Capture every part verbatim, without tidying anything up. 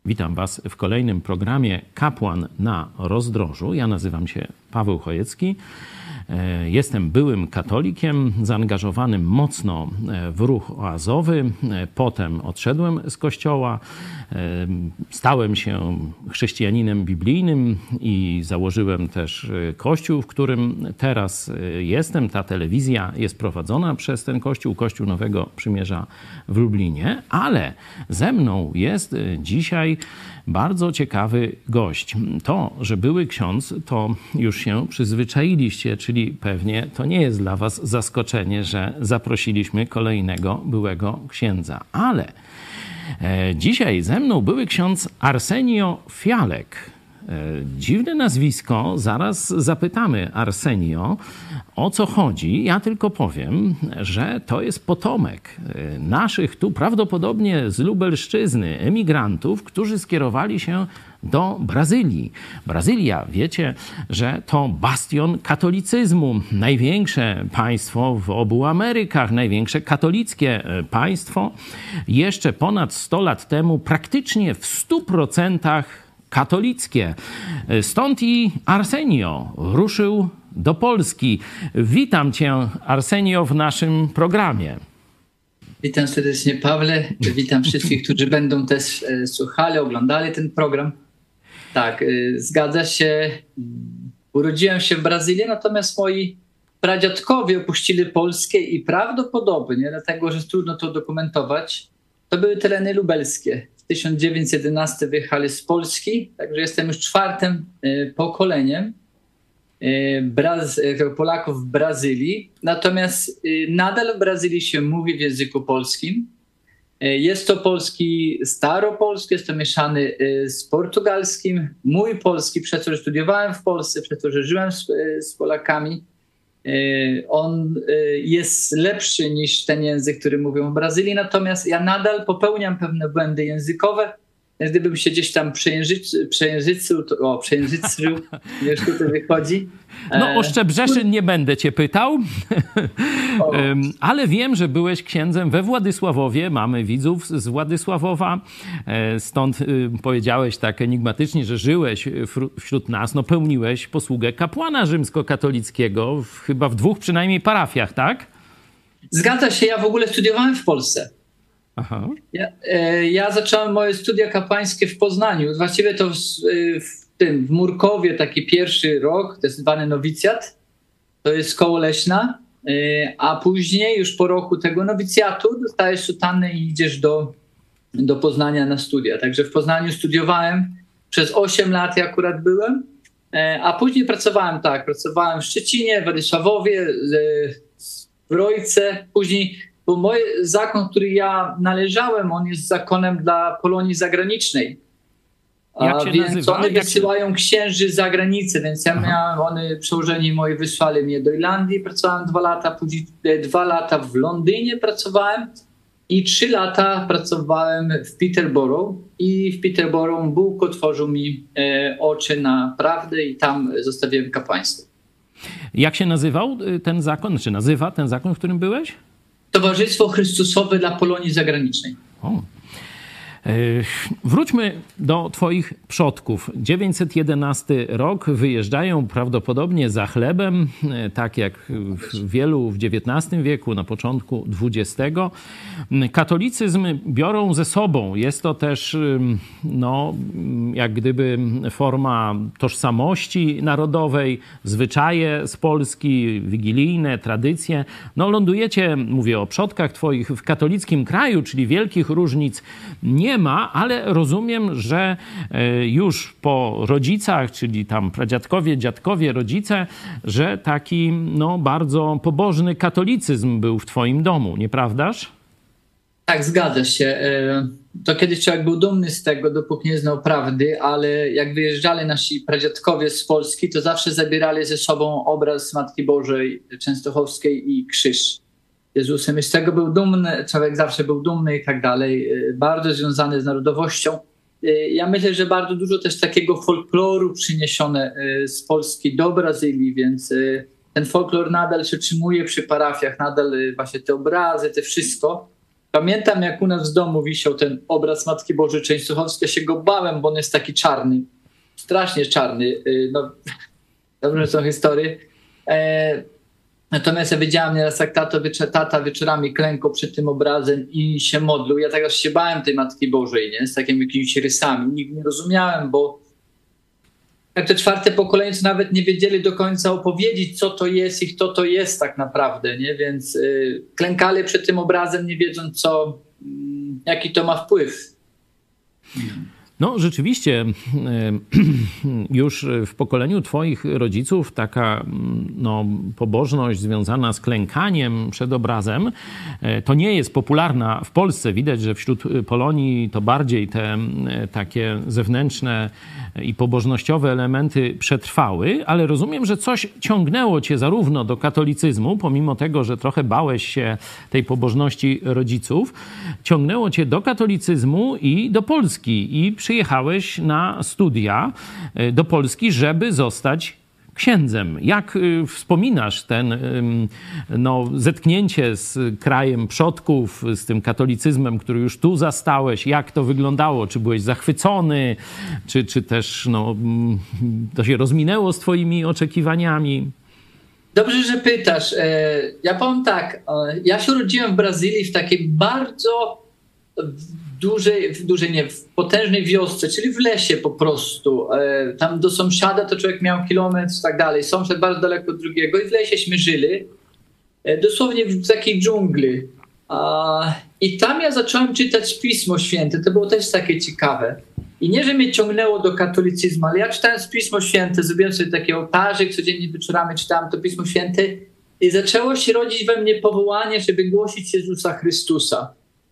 Witam Was w kolejnym programie Kapłan na Rozdrożu. Ja nazywam się Paweł Chojecki. Jestem byłym katolikiem, zaangażowanym mocno w ruch oazowy. Potem odszedłem z kościoła, stałem się chrześcijaninem biblijnym i założyłem też kościół, w którym teraz jestem. Ta telewizja jest prowadzona przez ten kościół, Kościół Nowego Przymierza w Lublinie, ale ze mną jest dzisiaj bardzo ciekawy gość. To, że były ksiądz, to już się przyzwyczailiście, czyli pewnie to nie jest dla was zaskoczenie, że zaprosiliśmy kolejnego byłego księdza. Ale e, dzisiaj ze mną były ksiądz Arsenio Fialek. Dziwne nazwisko, zaraz zapytamy Arsenio, o co chodzi. Ja tylko powiem, że to jest potomek naszych tu prawdopodobnie z Lubelszczyzny emigrantów, którzy skierowali się do Brazylii. Brazylia, wiecie, że to bastion katolicyzmu. Największe państwo w obu Amerykach, największe katolickie państwo. Jeszcze ponad sto lat temu praktycznie w stu procentach katolickie. Stąd i Arsenio ruszył do Polski. Witam cię, Arsenio, w naszym programie. Witam serdecznie, Pawle. Witam wszystkich, którzy będą też słuchali, oglądali ten program. Tak, zgadza się. Urodziłem się w Brazylii, natomiast moi pradziadkowie opuścili Polskę i prawdopodobnie, dlatego że trudno to dokumentować, to były tereny lubelskie. W tysiąc dziewięćset jedenastym wyjechali z Polski, także jestem już czwartym y, pokoleniem y, Braz Polaków w Brazylii. Natomiast y, nadal w Brazylii się mówi w języku polskim. Y, jest to polski staropolski, jest to mieszany y, z portugalskim. Mój polski, przez to, że studiowałem w Polsce, przez to, że żyłem z, y, z Polakami, on jest lepszy niż ten język, który mówią w Brazylii, natomiast ja nadal popełniam pewne błędy językowe. Gdybym się gdzieś tam przejęzyczył, przejęzyczył, to, o, przejęzyczył, już tutaj wychodzi. No o Szczebrzeszyn nie będę cię pytał, ale wiem, że byłeś księdzem we Władysławowie. Mamy widzów z Władysławowa, stąd powiedziałeś tak enigmatycznie, że żyłeś wśród nas, no pełniłeś posługę kapłana rzymskokatolickiego, w, chyba w dwóch przynajmniej parafiach, tak? Zgadza się, ja w ogóle studiowałem w Polsce. Aha. Ja, e, ja zacząłem moje studia kapłańskie w Poznaniu. Właściwie to w, w tym, w Murkowie taki pierwszy rok, to jest zwany nowicjat, to jest koło Leśna, e, a później już po roku tego nowicjatu dostajesz sutannę i idziesz do, do Poznania na studia. Także w Poznaniu studiowałem przez osiem lat, ja akurat byłem, e, a później pracowałem tak, pracowałem w Szczecinie, w Władysławowie, e, w Rojce, później. Bo mój zakon, który ja należałem, on jest zakonem dla Polonii zagranicznej. Jak się więc nazywa? one Jak wysyłają się... księży za granicę, więc ja Aha. miałem, one przełożeni moi wysłali mnie do Irlandii, pracowałem dwa lata, później dwa lata w Londynie pracowałem i trzy lata pracowałem w Peterborough i w Peterborough Bóg otworzył mi e, oczy na prawdę i tam zostawiłem kapłaństwo. Jak się nazywał ten zakon, czy nazywa ten zakon, w którym byłeś? Towarzystwo Chrystusowe dla Polonii Zagranicznej. O. Wróćmy do twoich przodków. dziewięćset jedenasty rok, wyjeżdżają prawdopodobnie za chlebem, tak jak wielu w dziewiętnastym wieku, na początku dwudziestego. Katolicyzm biorą ze sobą. Jest to też no, jak gdyby forma tożsamości narodowej, zwyczaje z Polski, wigilijne, tradycje. No lądujecie, mówię o przodkach twoich, w katolickim kraju, czyli wielkich różnic nie ma, ale rozumiem, że już po rodzicach, czyli tam pradziadkowie, dziadkowie, rodzice, że taki no, bardzo pobożny katolicyzm był w twoim domu, nieprawdaż? Tak, zgadza się. To kiedyś człowiek był dumny z tego, dopóki nie znał prawdy, ale jak wyjeżdżali nasi pradziadkowie z Polski, to zawsze zabierali ze sobą obraz Matki Bożej Częstochowskiej i krzyż Jezusem. I z tego był dumny, człowiek zawsze był dumny i tak dalej, bardzo związany z narodowością. Ja myślę, że bardzo dużo też takiego folkloru przyniesione z Polski do Brazylii, więc ten folklor nadal się utrzymuje przy parafiach, nadal właśnie te obrazy, te wszystko. pamiętam, jak u nas w domu wisiał ten obraz Matki Bożej Częstochowskiej, ja się go bałem, bo on jest taki czarny, strasznie czarny. No, dobrze są historie. E, natomiast ja wiedziałem nieraz, jak tato, wieczer, tata wieczorami klękał przed tym obrazem i się modlił. Ja teraz się bałem tej Matki Bożej, nie? Z takimi jakimiś rysami. Nigdy nie rozumiałem, bo jak te czwarte pokolenie nawet nie wiedzieli do końca opowiedzieć, co to jest i kto to jest tak naprawdę, nie? Więc y, klękali przed tym obrazem, nie wiedząc, co, y, jaki to ma wpływ. No rzeczywiście już w pokoleniu twoich rodziców taka no, pobożność związana z klękaniem przed obrazem to nie jest popularna w Polsce. Widać, że wśród Polonii to bardziej te takie zewnętrzne i pobożnościowe elementy przetrwały, ale rozumiem, że coś ciągnęło cię zarówno do katolicyzmu, pomimo tego, że trochę bałeś się tej pobożności rodziców, ciągnęło cię do katolicyzmu i do Polski i przyjechałeś na studia do Polski, żeby zostać księdzem. Jak wspominasz ten no, zetknięcie z krajem przodków, z tym katolicyzmem, który już tu zastałeś? Jak to wyglądało? Czy byłeś zachwycony? Czy, czy też no, to się rozminęło z twoimi oczekiwaniami? Dobrze, że pytasz. Ja powiem tak, ja się urodziłem w Brazylii w takiej bardzo dużej, w dużej, nie, w potężnej wiosce, czyli w lesie po prostu. Tam do sąsiada to człowiek miał kilometr i tak dalej. Sąsiad bardzo daleko od drugiego i w leśeśmy żyli. Dosłownie w takiej dżungli. I tam ja zacząłem czytać Pismo Święte. To było też takie ciekawe. I nie, że mnie ciągnęło do katolicyzmu, ale ja czytając Pismo Święte, zrobiłem sobie taki ołtarzyk, codziennie wieczorami czytałem to Pismo Święte i zaczęło się rodzić we mnie powołanie, żeby głosić Jezusa Chrystusa.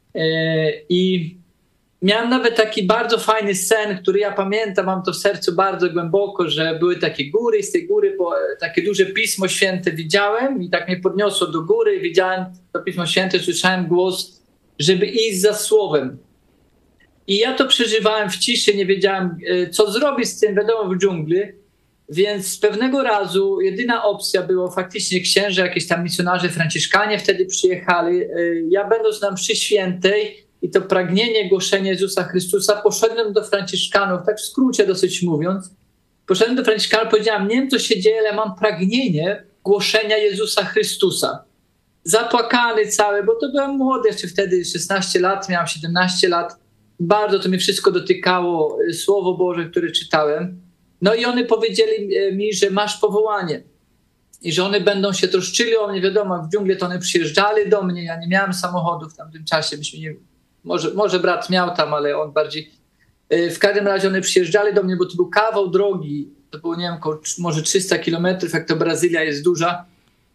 I miałem nawet taki bardzo fajny sen, który ja pamiętam, mam to w sercu bardzo głęboko, że były takie góry i z tej góry takie duże Pismo Święte widziałem i tak mnie podniosło do góry, widziałem to Pismo Święte, słyszałem głos, żeby iść za słowem. I ja to przeżywałem w ciszy, nie wiedziałem, co zrobić z tym, wiadomo, w dżungli. Więc pewnego razu jedyna opcja była faktycznie księże, jakieś tam misjonarze franciszkanie wtedy przyjechali. Ja będąc na mszy świętej i to pragnienie głoszenia Jezusa Chrystusa, poszedłem do franciszkanów, tak w skrócie dosyć mówiąc. Poszedłem do franciszkanów, powiedziałem, nie wiem co się dzieje, ale mam pragnienie głoszenia Jezusa Chrystusa. Zapłakany cały, bo to byłem młody, jeszcze wtedy szesnaście lat, miałem siedemnaście lat. Bardzo to mnie wszystko dotykało, Słowo Boże, które czytałem. No i one powiedzieli mi, że masz powołanie i że one będą się troszczyli o mnie. Wiadomo, w dżungli to one przyjeżdżali do mnie, ja nie miałem samochodu w tamtym czasie. Myśmy nie, może, może brat miał tam, ale on bardziej... W każdym razie one przyjeżdżali do mnie, bo to był kawał drogi. To było, nie wiem, około może trzysta kilometrów, jak to Brazylia jest duża.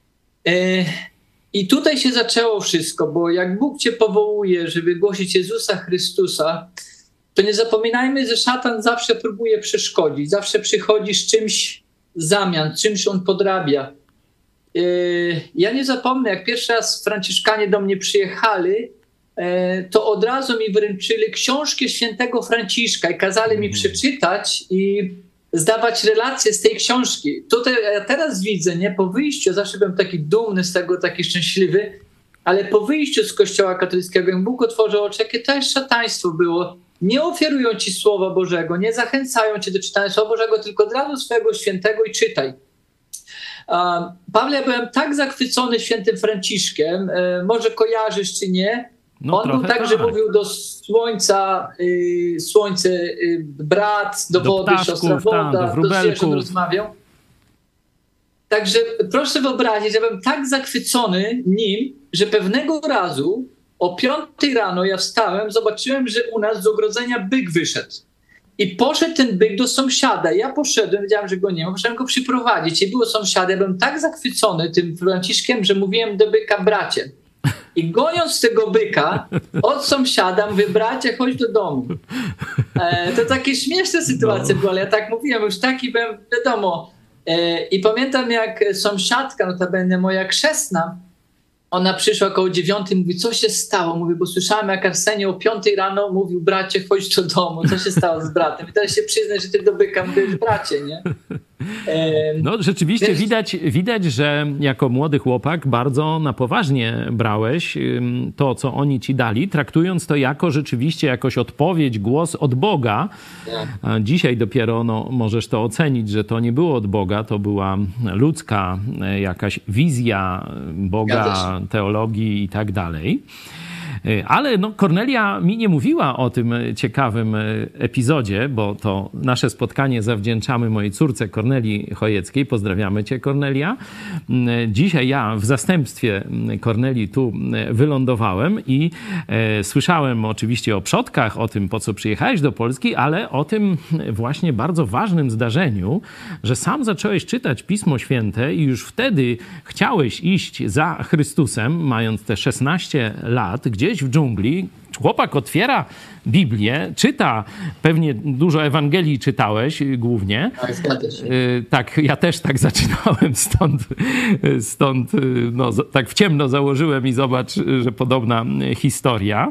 I tutaj się zaczęło wszystko, bo jak Bóg cię powołuje, żeby głosić Jezusa Chrystusa, to nie zapominajmy, że szatan zawsze próbuje przeszkodzić. Zawsze przychodzi z czymś w zamian, czymś on podrabia. Yy, ja nie zapomnę, jak pierwszy raz franciszkanie do mnie przyjechali, yy, to od razu mi wręczyli książkę świętego Franciszka i kazali mm. mi przeczytać i zdawać relacje z tej książki. Tutaj ja teraz widzę, nie, po wyjściu, zawsze byłem taki dumny z tego, taki szczęśliwy, ale po wyjściu z Kościoła katolickiego, jak Bóg otworzył oczy, jakie to jest szataństwo było. Nie ofiarują ci Słowa Bożego, nie zachęcają cię do czytania Słowa Bożego, tylko od razu swojego świętego i czytaj. Pawle, ja byłem tak zachwycony świętym Franciszkiem, może kojarzysz czy nie, no, on był tak, tak, że mówił do słońca, y, słońce, y, brat, do, do wody, ptaszków, siostra woda, tam, do, do zwierząt rozmawiał. Także proszę wyobrazić, że byłem tak zachwycony nim, że pewnego razu o piątej rano ja wstałem, zobaczyłem, że u nas z ogrodzenia byk wyszedł. I poszedł ten byk do sąsiada. Ja poszedłem, wiedziałem, że go nie ma, poszedłem go przyprowadzić. I było sąsiada. Ja byłem tak zachwycony tym Franciszkiem, że mówiłem do byka bracie. I goniąc tego byka od sąsiada, mówię, bracie, chodź do domu. E, to takie śmieszne sytuacje no. były, ale ja tak mówiłem, już taki byłem, wiadomo. E, I pamiętam, jak sąsiadka, notabene moja chrzestna, ona przyszła około dziewiątej, mówi, co się stało? Mówi, bo słyszałem, jak Arsenio o piątej rano mówił, bracie, chodź do domu. Co się stało z bratem? I teraz się przyznaj, że ty do byka mówisz, bracie, nie? No rzeczywiście Wiesz... widać, widać, że jako młody chłopak bardzo na poważnie brałeś to, co oni ci dali, traktując to jako rzeczywiście jakoś odpowiedź, głos od Boga. A dzisiaj dopiero no, możesz to ocenić, że to nie było od Boga, to była ludzka jakaś wizja Boga, teologii i tak dalej. Ale no, Kornelia mi nie mówiła o tym ciekawym epizodzie, bo to nasze spotkanie zawdzięczamy mojej córce Kornelii Chojeckiej. Pozdrawiamy cię, Kornelia. Dzisiaj ja w zastępstwie Kornelii tu wylądowałem i e, słyszałem oczywiście o przodkach, o tym, po co przyjechałeś do Polski, ale o tym właśnie bardzo ważnym zdarzeniu, że sam zacząłeś czytać Pismo Święte i już wtedy chciałeś iść za Chrystusem, mając te szesnaście lat, gdzieś w dżungli. Chłopak otwiera Biblię, czyta, pewnie dużo Ewangelii czytałeś głównie. Tak, zgadza się. Tak, ja też tak zaczynałem, stąd, stąd no, tak w ciemno założyłem i zobacz, że podobna historia.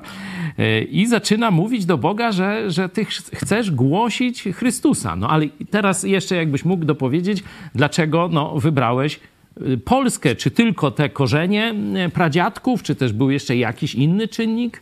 I zaczyna mówić do Boga, że, że ty chcesz głosić Chrystusa. No ale teraz jeszcze jakbyś mógł dopowiedzieć, dlaczego no, wybrałeś Polskę, czy tylko te korzenie pradziadków, czy też był jeszcze jakiś inny czynnik?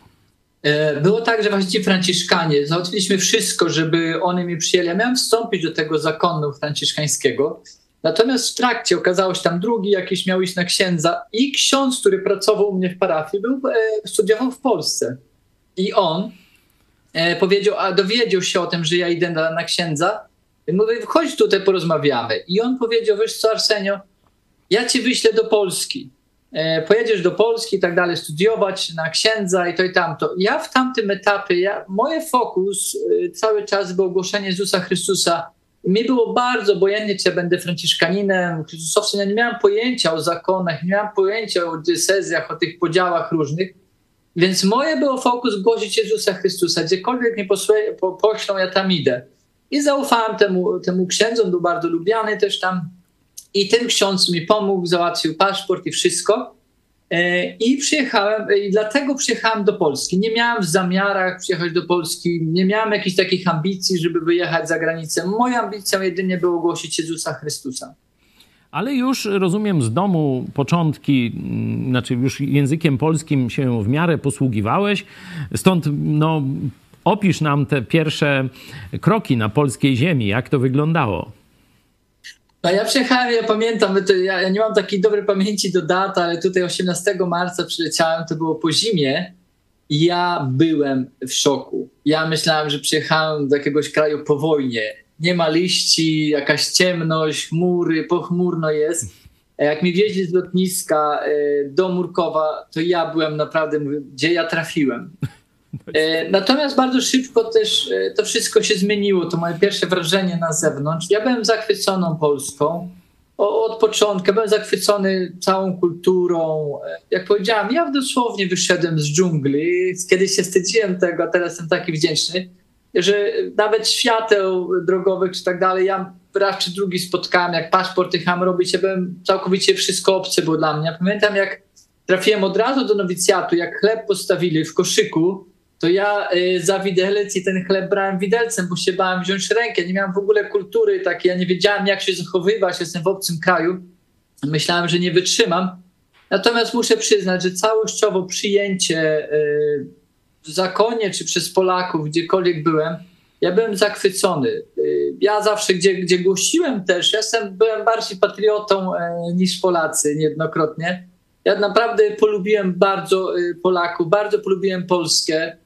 Było tak, że właśnie ci Franciszkanie, załatwiliśmy wszystko, żeby oni mi przyjęli. Ja miałem wstąpić do tego zakonu franciszkańskiego, natomiast w trakcie okazało się tam drugi jakiś miał iść na księdza i ksiądz, który pracował u mnie w parafii, był, studiował w Polsce. I on powiedział, a dowiedział się o tym, że ja idę na, na księdza. I mówię, chodź tutaj, porozmawiamy. I on powiedział, wiesz co, Arsenio, ja cię wyślę do Polski. E, pojedziesz do Polski i tak dalej, studiować na księdza i to i tamto. Ja w tamtym etapie, ja, moje fokus y, cały czas było głoszenie Jezusa Chrystusa. Mi było bardzo obojętnie, czy ja będę franciszkaninem, chrystusowcem. Ja nie miałem pojęcia o zakonach, nie miałem pojęcia o diecezjach, o tych podziałach różnych. Więc moje było fokus głosić Jezusa Chrystusa. Gdziekolwiek mnie posłe, po, poślą, ja tam idę. I zaufałem temu, temu księdzu, był bardzo lubiany też tam. I ten ksiądz mi pomógł, załatwił paszport i wszystko. I przyjechałem, i dlatego przyjechałem do Polski. Nie miałem w zamiarach przyjechać do Polski, nie miałem jakichś takich ambicji, żeby wyjechać za granicę. Moją ambicją jedynie było głosić Jezusa Chrystusa. Ale już, rozumiem, z domu początki, znaczy już językiem polskim się w miarę posługiwałeś. Stąd no, opisz nam te pierwsze kroki na polskiej ziemi. Jak to wyglądało? No ja przyjechałem, ja pamiętam, ja, ja nie mam takiej dobrej pamięci do dat, ale tutaj osiemnastego marca przyleciałem, to było po zimie i ja byłem w szoku. Ja myślałem, że przyjechałem do jakiegoś kraju po wojnie. Nie ma liści, jakaś ciemność, chmury, pochmurno jest. Jak mi wieźli z lotniska do Murkowa, to ja byłem naprawdę, mówię, gdzie ja trafiłem. Natomiast bardzo szybko też to wszystko się zmieniło. To moje pierwsze wrażenie na zewnątrz. Ja byłem zachwyconą Polską od początku. Byłem zachwycony całą kulturą. Jak powiedziałem, ja dosłownie wyszedłem z dżungli. Kiedyś się wstydziłem tego, a teraz jestem taki wdzięczny, że nawet świateł drogowych czy tak dalej, ja raz czy drugi spotkałem, jak paszport jechałem robić, ja byłem całkowicie wszystko obce było dla mnie. Ja pamiętam, jak trafiłem od razu do nowicjatu, jak chleb postawili w koszyku, to ja y, za widelec i ten chleb brałem widelcem, bo się bałem wziąć rękę. Nie miałem w ogóle kultury takiej, ja nie wiedziałem, jak się zachowywać, jestem w obcym kraju. Myślałem, że nie wytrzymam. Natomiast muszę przyznać, że całościowo przyjęcie y, w zakonie czy przez Polaków, gdziekolwiek byłem, ja byłem zachwycony. Y, ja zawsze, gdzie, gdzie głosiłem też, ja jestem, byłem bardziej patriotą y, niż Polacy niejednokrotnie. Ja naprawdę polubiłem bardzo y, Polaków, bardzo polubiłem Polskę.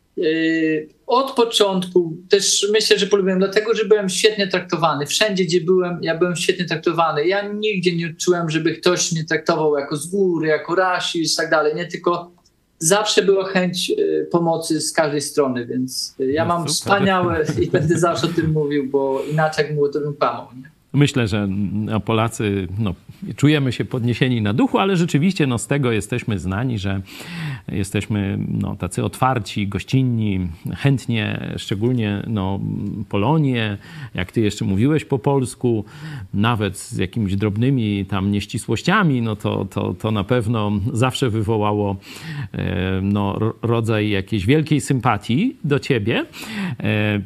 Od początku też myślę, że polubiłem, dlatego, że byłem świetnie traktowany. Wszędzie, gdzie byłem, ja byłem świetnie traktowany. Ja nigdzie nie czułem, żeby ktoś mnie traktował jako z góry, jako rasizm i tak dalej. Nie, tylko zawsze była chęć pomocy z każdej strony, więc ja mam wspaniałe i będę zawsze o tym mówił, bo inaczej jak było, to bym kłamał. Myślę, że no, Polacy no, czujemy się podniesieni na duchu, ale rzeczywiście no, z tego jesteśmy znani, że jesteśmy no, tacy otwarci, gościnni, chętnie, szczególnie no, Polonię, jak ty jeszcze mówiłeś po polsku, nawet z jakimiś drobnymi tam nieścisłościami, no to, to, to na pewno zawsze wywołało no, rodzaj jakiejś wielkiej sympatii do ciebie.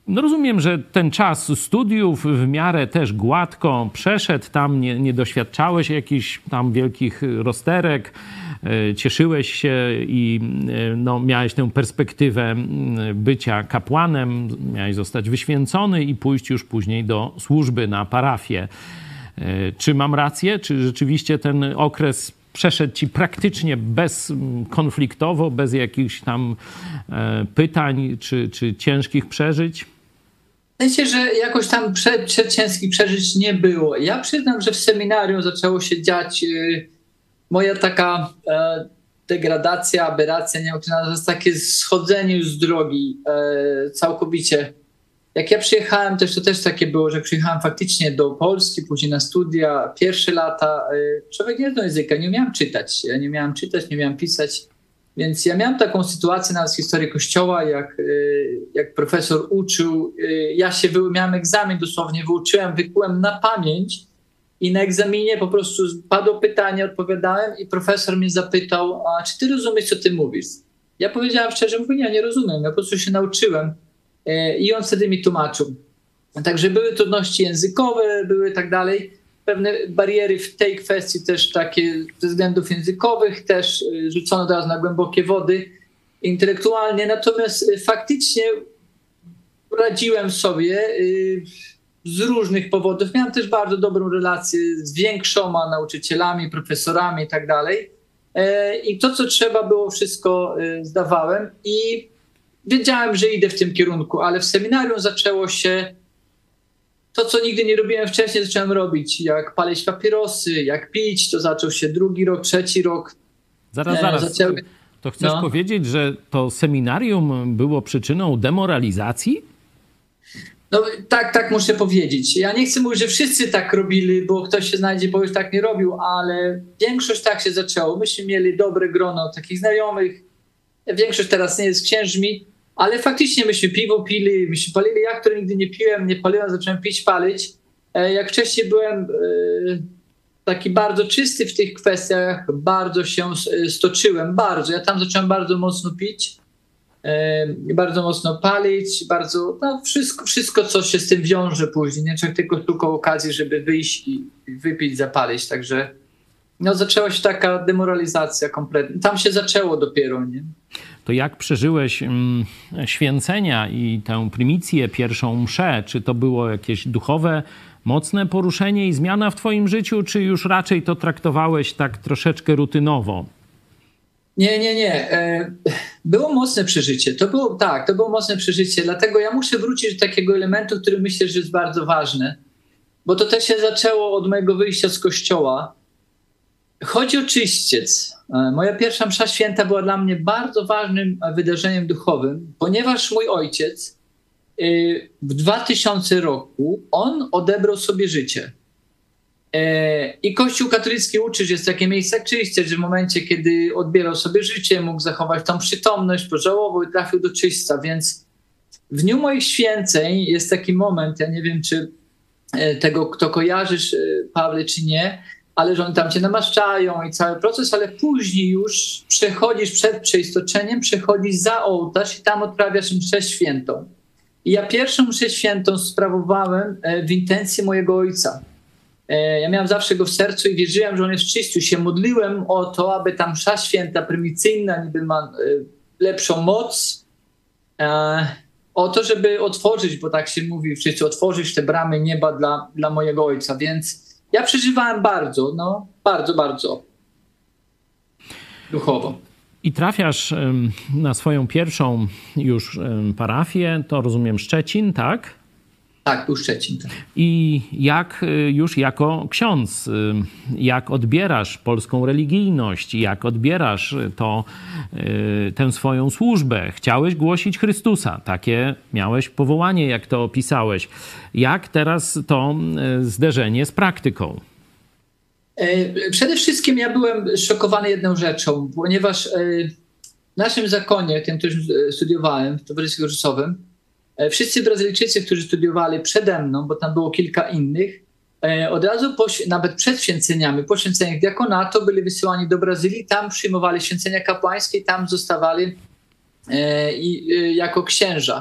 No rozumiem, że ten czas studiów w miarę też gładko przeszedł, tam nie, nie doświadczałeś jakichś tam wielkich rozterek, cieszyłeś się i no, miałeś tę perspektywę bycia kapłanem, miałeś zostać wyświęcony i pójść już później do służby na parafię. Czy mam rację? Czy rzeczywiście ten okres przeszedł ci praktycznie bezkonfliktowo, bez jakichś tam pytań czy, czy ciężkich przeżyć? W sensie, że jakoś tam przed, przed ciężkich przeżyć nie było. Ja przyznam, że w seminarium zaczęło się dziać y, moja taka y, degradacja, aberracja, nie wiem, to nazwać, takie schodzenie już z drogi y, całkowicie. Jak ja przyjechałem, też to też takie było, że przyjechałem faktycznie do Polski, później na studia, pierwsze lata, y, człowiek nie znał języka, nie umiałem czytać. Ja nie umiałem czytać, nie umiałem pisać. Więc ja miałem taką sytuację nawet z historii Kościoła, jak, jak profesor uczył, ja się wy, miałem egzamin dosłownie, wyuczyłem, wykułem na pamięć i na egzaminie po prostu padło pytanie, odpowiadałem i profesor mnie zapytał, a czy ty rozumiesz, co ty mówisz? Ja powiedziałem szczerze, mówię, nie, nie rozumiem, ja po prostu się nauczyłem i on wtedy mi tłumaczył. Także były trudności językowe, były tak dalej. Pewne bariery w tej kwestii też takie ze względów językowych też rzucono teraz na głębokie wody intelektualnie, natomiast faktycznie radziłem sobie z różnych powodów. Miałem też bardzo dobrą relację z większoma nauczycielami, profesorami i tak dalej. I to, co trzeba było, wszystko zdawałem i wiedziałem, że idę w tym kierunku, ale w seminarium zaczęło się to, co nigdy nie robiłem wcześniej, zacząłem robić. Jak palić papierosy, jak pić, to zaczął się drugi rok, trzeci rok. Zaraz, zaraz. Zaczęły... To chcesz no. powiedzieć, że to seminarium było przyczyną demoralizacji? No tak, tak muszę powiedzieć. Ja nie chcę mówić, że wszyscy tak robili, bo ktoś się znajdzie, bo już tak nie robił, ale większość tak się zaczęło. Myśmy mieli dobre grono takich znajomych. Większość teraz nie jest księżmi, ale faktycznie myśmy piwo pili, myśmy palili. Ja, który nigdy nie piłem, nie paliłem, zacząłem pić, palić. Jak wcześniej byłem taki bardzo czysty w tych kwestiach, bardzo się stoczyłem, bardzo. Ja tam zacząłem bardzo mocno pić, bardzo mocno palić, bardzo, no wszystko, wszystko, co się z tym wiąże później. Nie człowiek tylko szukał okazji, żeby wyjść i wypić, zapalić. Także no, zaczęła się taka demoralizacja kompletna. Tam się zaczęło dopiero, nie? To jak przeżyłeś mm, święcenia i tę primicję, pierwszą mszę? Czy to było jakieś duchowe, mocne poruszenie i zmiana w twoim życiu, czy już raczej to traktowałeś tak troszeczkę rutynowo? Nie, nie, nie. Było mocne przeżycie. To było, tak, to było mocne przeżycie. Dlatego ja muszę wrócić do takiego elementu, który myślę, że jest bardzo ważny. Bo to też się zaczęło od mojego wyjścia z kościoła. Chodzi o czyściec. Moja pierwsza msza święta była dla mnie bardzo ważnym wydarzeniem duchowym, ponieważ mój ojciec w dwutysięcznym roku, on odebrał sobie życie. I Kościół katolicki uczy, że jest takie miejsce jak czyściec, że w momencie, kiedy odbierał sobie życie, mógł zachować tą przytomność, pożałował i trafił do czyśćca. Więc w dniu moich święceń jest taki moment, ja nie wiem, czy tego, kto kojarzysz, Pawle, czy nie, ale że oni tam cię namaszczają i cały proces, ale później już przechodzisz przed przeistoczeniem, przechodzisz za ołtarz i tam odprawiasz mszę świętą. I ja pierwszą mszę świętą sprawowałem w intencji mojego ojca. Ja miałem zawsze go w sercu i wierzyłem, że on jest czysty. Się modliłem o to, aby ta msza święta, prymicyjna, niby ma lepszą moc, o to, żeby otworzyć, bo tak się mówi w życiu, otworzyć te bramy nieba dla, dla mojego ojca. Więc ja przeżywałem bardzo, no bardzo, bardzo duchowo. I trafiasz na swoją pierwszą już parafię, to rozumiem Szczecin, tak? Tak, był Szczecin. Tak. I jak już jako ksiądz, jak odbierasz polską religijność, jak odbierasz to, tę swoją służbę? Chciałeś głosić Chrystusa, takie miałeś powołanie, jak to opisałeś. Jak teraz to zderzenie z praktyką? Przede wszystkim ja byłem szokowany jedną rzeczą, ponieważ w naszym zakonie, tym, którym studiowałem w Towarzystwie Chryztusowym, wszyscy Brazylijczycy, którzy studiowali przede mną, bo tam było kilka innych, od razu po, nawet przed święceniami, po święceniach diakonatu byli wysyłani do Brazylii, tam przyjmowali święcenia kapłańskie i tam zostawali e, i, e, jako księża.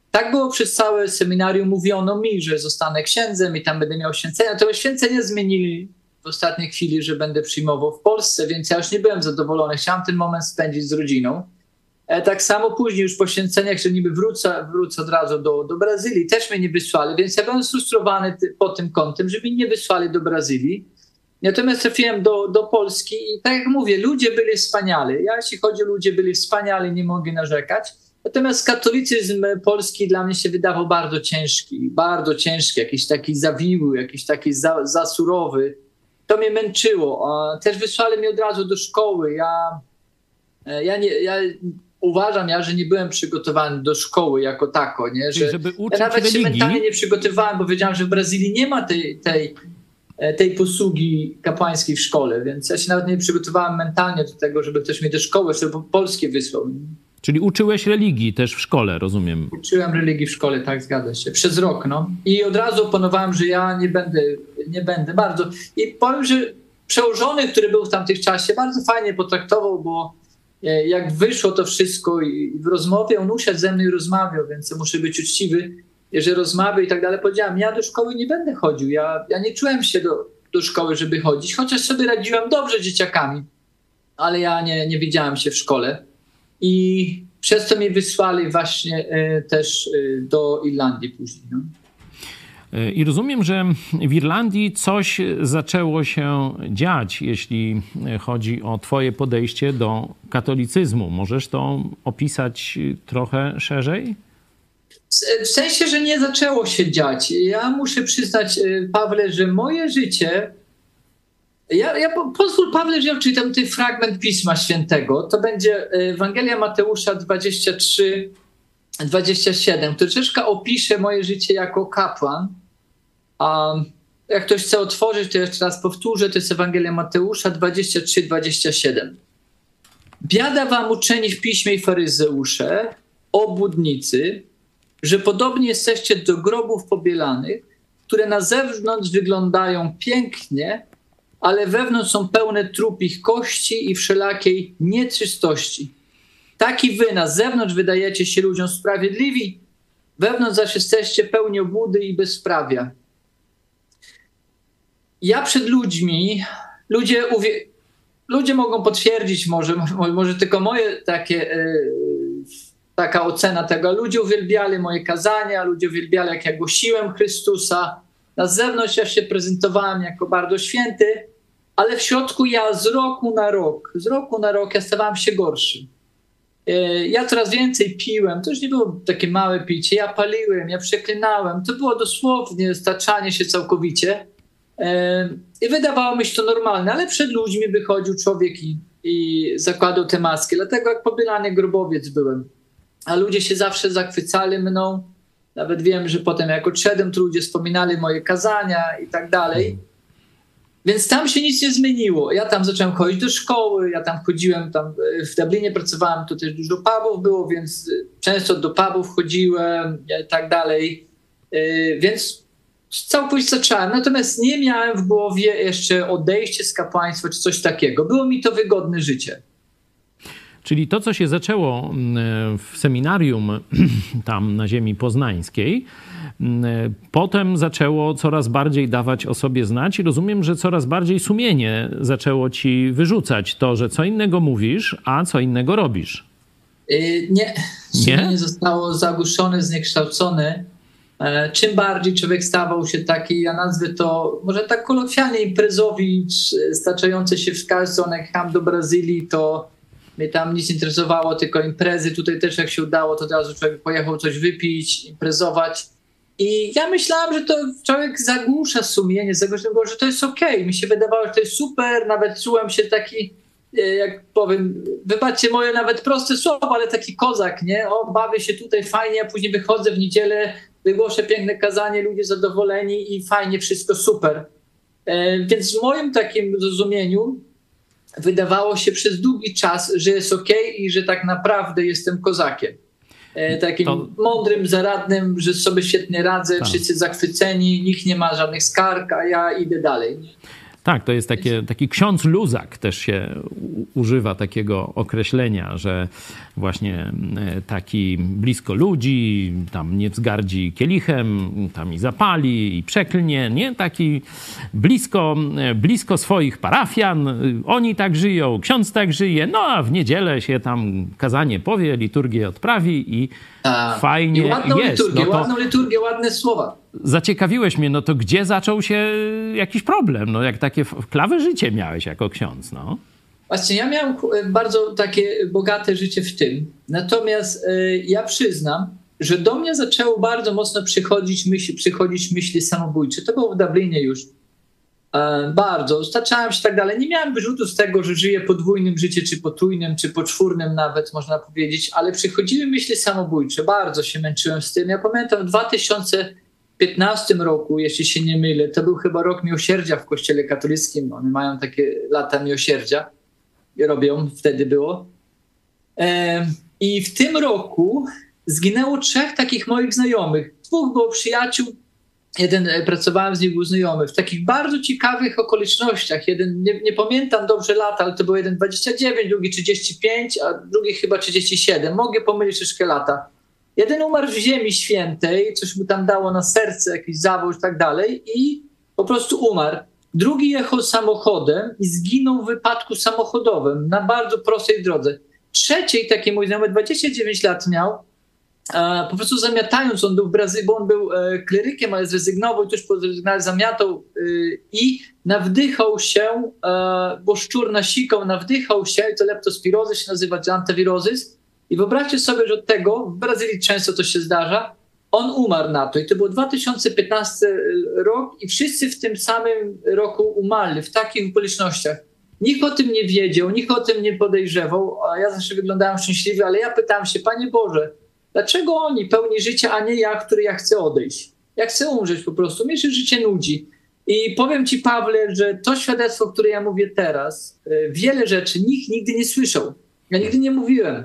Tak było przez całe seminarium, mówiono mi, że zostanę księdzem i tam będę miał święcenia. To święcenia zmienili w ostatniej chwili, że będę przyjmował w Polsce, więc ja już nie byłem zadowolony. Chciałem ten moment spędzić z rodziną. E, tak samo później już po święceniach, że niby wrócę, wrócę od razu do, do Brazylii, też mnie nie wysłali, więc ja byłem sfrustrowany ty, pod tym kątem, że mnie nie wysłali do Brazylii. Natomiast trafiłem do, do Polski i tak jak mówię, ludzie byli wspaniali. Ja, jeśli chodzi o ludzi, byli wspaniali, nie mogę narzekać. Natomiast katolicyzm polski dla mnie się wydawał bardzo ciężki, bardzo ciężki, jakiś taki zawiły, jakiś taki za, za surowy. To mnie męczyło. Też wysłali mnie od razu do szkoły. Ja, ja, nie, ja uważam, ja, że nie byłem przygotowany do szkoły jako tako. Nie? Że żeby uczyć ja nawet religii. się mentalnie nie przygotowałem, bo wiedziałem, że w Brazylii nie ma tej, tej, tej posługi kapłańskiej w szkole, więc ja się nawet nie przygotowałem mentalnie do tego, żeby ktoś mnie do szkoły, żeby polskie wysłał. Czyli uczyłeś religii też w szkole, rozumiem. Uczyłem religii w szkole, tak, zgadza się. Przez rok, no. I od razu opanowałem, że ja nie będę, nie będę bardzo. I powiem, że przełożony, który był w tamtych czasie, bardzo fajnie potraktował, bo jak wyszło to wszystko i w rozmowie, on usiadł ze mną i rozmawiał, więc muszę być uczciwy, że rozmawiał i tak dalej. Powiedziałem, ja do szkoły nie będę chodził. Ja, ja nie czułem się do, do szkoły, żeby chodzić, chociaż sobie radziłem dobrze z dzieciakami, ale ja nie, nie widziałem się w szkole. I przez to mnie wysłali właśnie e, też e, do Irlandii później. No. I rozumiem, że w Irlandii coś zaczęło się dziać, jeśli chodzi o twoje podejście do katolicyzmu. Możesz to opisać trochę szerzej? W sensie, że nie zaczęło się dziać. Ja muszę przyznać, Pawle, że moje życie... Ja, ja pozwól, Pawle, że ja czytam ten fragment Pisma Świętego. To będzie Ewangelia Mateusza dwadzieścia trzy, dwadzieścia siedem, który troszeczkę opisze moje życie jako kapłan. A jak ktoś chce otworzyć, to jeszcze raz powtórzę, to jest Ewangelia Mateusza dwadzieścia trzy, dwadzieścia siedem. Biada wam uczeni w piśmie i faryzeusze, obłudnicy, że podobnie jesteście do grobów pobielanych, które na zewnątrz wyglądają pięknie, ale wewnątrz są pełne trupich kości i wszelakiej nieczystości. Taki wy na zewnątrz wydajecie się ludziom sprawiedliwi, wewnątrz zaś jesteście pełni obłudy i bezprawia. Ja przed ludźmi, ludzie, uwie, ludzie mogą potwierdzić może, może tylko moje takie, e, taka ocena tego, ludzie uwielbiali moje kazania, ludzie uwielbiali, jak ja głosiłem Chrystusa. Na zewnątrz ja się prezentowałem jako bardzo święty, ale w środku ja z roku na rok, z roku na rok ja stawałem się gorszy. Ja coraz więcej piłem, to już nie było takie małe picie, ja paliłem, ja przeklinałem, to było dosłownie staczanie się całkowicie i wydawało mi się to normalne, ale przed ludźmi wychodził człowiek i, i zakładał te maski, dlatego jak pobielany grobowiec byłem, a ludzie się zawsze zachwycali mną, nawet wiem, że potem jak odszedłem, to ludzie wspominali moje kazania i tak dalej. Więc tam się nic nie zmieniło. Ja tam zacząłem chodzić do szkoły, ja tam chodziłem, tam w Dublinie pracowałem, to też dużo pubów było, więc często do pubów chodziłem i tak dalej. Więc całkowicie zacząłem. Natomiast nie miałem w głowie jeszcze odejście z kapłaństwa czy coś takiego. Było mi to wygodne życie. Czyli to, co się zaczęło w seminarium tam na ziemi poznańskiej, potem zaczęło coraz bardziej dawać o sobie znać i rozumiem, że coraz bardziej sumienie zaczęło ci wyrzucać to, że co innego mówisz, a co innego robisz. Yy, nie, sumienie nie zostało zagłuszone, zniekształcone. Czym bardziej człowiek stawał się taki, ja nazwę to może tak kolokwialnie imprezowicz, staczający się w każdą stronę, jak jechałem do Brazylii, to mnie tam nic interesowało, tylko imprezy. Tutaj też jak się udało, to od razu człowiek pojechał coś wypić, imprezować. I ja myślałem, że to człowiek zagłusza sumienie, zagłusza, że to jest okej. Okay. Mi się wydawało, że to jest super, nawet czułem się taki, jak powiem, wybaczcie moje nawet proste słowa, ale taki kozak, nie? O, bawię się tutaj fajnie, a później wychodzę w niedzielę, wygłoszę piękne kazanie, ludzie zadowoleni i fajnie, wszystko super. E, więc w moim takim rozumieniu wydawało się przez długi czas, że jest okej i że tak naprawdę jestem kozakiem. E, takim to... mądrym, zaradnym, że sobie świetnie radzę, tak. Wszyscy zachwyceni, nikt nie ma żadnych skarg, a ja idę dalej. Tak, to jest takie, taki ksiądz luzak, też się u, używa takiego określenia, że właśnie taki blisko ludzi, tam nie wzgardzi kielichem, tam i zapali, i przeklnie, nie? Taki blisko, blisko swoich parafian, oni tak żyją, ksiądz tak żyje, no a w niedzielę się tam kazanie powie, liturgię odprawi i a, fajnie i ładną jest. Liturgię, no to ładną liturgię, ładne słowa. Zaciekawiłeś mnie, no to gdzie zaczął się jakiś problem? No jak takie wklawe życie miałeś jako ksiądz, no? Właśnie, ja miałem bardzo takie bogate życie w tym. Natomiast y, ja przyznam, że do mnie zaczęło bardzo mocno przychodzić myśli, przychodzić myśli samobójcze. To było w Dublinie już. E, bardzo. Staczałem się tak dalej. Nie miałem wyrzutu z tego, że żyję podwójnym życiem, czy potrójnym, czy poczwórnym nawet, można powiedzieć, ale przychodziły myśli samobójcze. Bardzo się męczyłem z tym. Ja pamiętam w dwa tysiące piętnastym roku, jeśli się nie mylę, to był chyba rok miłosierdzia w Kościele katolickim. Oni mają takie lata miłosierdzia. Robią, wtedy było. E, I w tym roku zginęło trzech takich moich znajomych. Dwóch było przyjaciół, jeden pracowałem z nim, był znajomy. W takich bardzo ciekawych okolicznościach. Jeden, nie, nie pamiętam dobrze lata, ale to był jeden dwadzieścia dziewięć, drugi trzydzieści pięć, a drugi chyba trzydzieści siedem. Mogę pomylić troszkę lata. Jeden umarł w Ziemi Świętej, coś mu tam dało na serce, jakiś zawał i tak dalej i po prostu umarł. Drugi jechał samochodem i zginął w wypadku samochodowym na bardzo prostej drodze. Trzeci, taki mój znajomy, dwadzieścia dziewięć lat miał, e, po prostu zamiatając, on był w Brazylii, bo on był e, klerykiem, ale zrezygnował i tuż po zrezygnowaniu zamiatał e, i nawdychał się, e, bo szczur nasikał, nawdychał się, i to leptospirozy się nazywa, czy antywirozys. I wyobraźcie sobie, że od tego, w Brazylii często to się zdarza, on umarł na to. I to był dwa tysiące piętnasty rok i wszyscy w tym samym roku umarli, w takich okolicznościach. Nikt o tym nie wiedział, nikt o tym nie podejrzewał, a ja zawsze wyglądałem szczęśliwie, ale ja pytałem się, Panie Boże, dlaczego oni pełni życia, a nie ja, który ja chcę odejść? Ja chcę umrzeć po prostu, mnie się życie nudzi. I powiem Ci, Pawle, że to świadectwo, które ja mówię teraz, wiele rzeczy nikt nigdy nie słyszał. Ja nigdy nie mówiłem.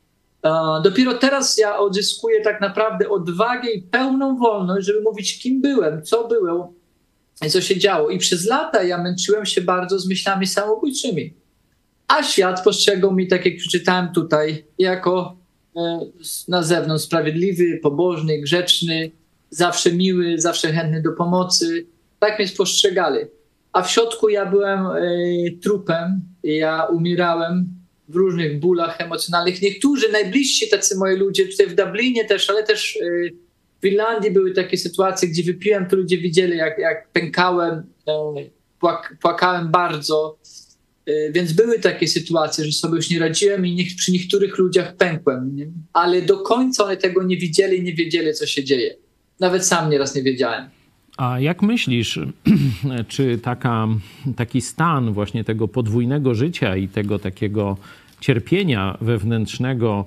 Dopiero teraz ja odzyskuję tak naprawdę odwagę i pełną wolność, żeby mówić, kim byłem, co byłem i co się działo. I przez lata ja męczyłem się bardzo z myślami samobójczymi. A świat postrzegał mi, tak jak przeczytałem tutaj, jako e, na zewnątrz sprawiedliwy, pobożny, grzeczny, zawsze miły, zawsze chętny do pomocy. Tak mnie postrzegali. A w środku ja byłem e, trupem, ja umierałem w różnych bólach emocjonalnych. Niektórzy najbliżsi tacy moi ludzie, tutaj w Dublinie też, ale też y, w Irlandii były takie sytuacje, gdzie wypiłem, to ludzie widzieli, jak, jak pękałem, y, płak, płakałem bardzo. Y, więc były takie sytuacje, że sobie już nie radziłem i niech, przy niektórych ludziach pękłem. Nie? Ale do końca one tego nie widzieli i nie wiedzieli, co się dzieje. Nawet sam nieraz nie wiedziałem. A jak myślisz, czy taka, taki stan właśnie tego podwójnego życia i tego takiego cierpienia wewnętrznego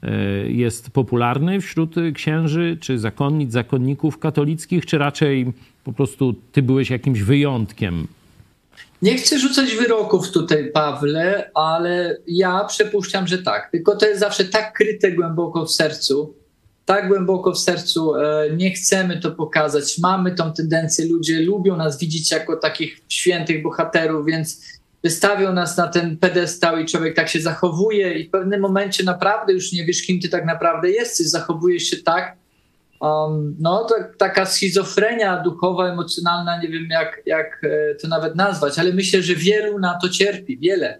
jest popularny wśród księży, czy zakonnic, zakonników katolickich, czy raczej po prostu ty byłeś jakimś wyjątkiem? Nie chcę rzucać wyroków tutaj, Pawle, ale ja przypuszczam, że tak. Tylko to jest zawsze tak kryte głęboko w sercu, tak głęboko w sercu, nie chcemy to pokazać. Mamy tą tendencję, ludzie lubią nas widzieć jako takich świętych bohaterów, więc wystawią nas na ten pedestał i człowiek tak się zachowuje i w pewnym momencie naprawdę już nie wiesz, kim ty tak naprawdę jesteś, zachowujesz się tak. Um, no to taka schizofrenia duchowa, emocjonalna, nie wiem jak, jak to nawet nazwać, ale myślę, że wielu na to cierpi, wiele.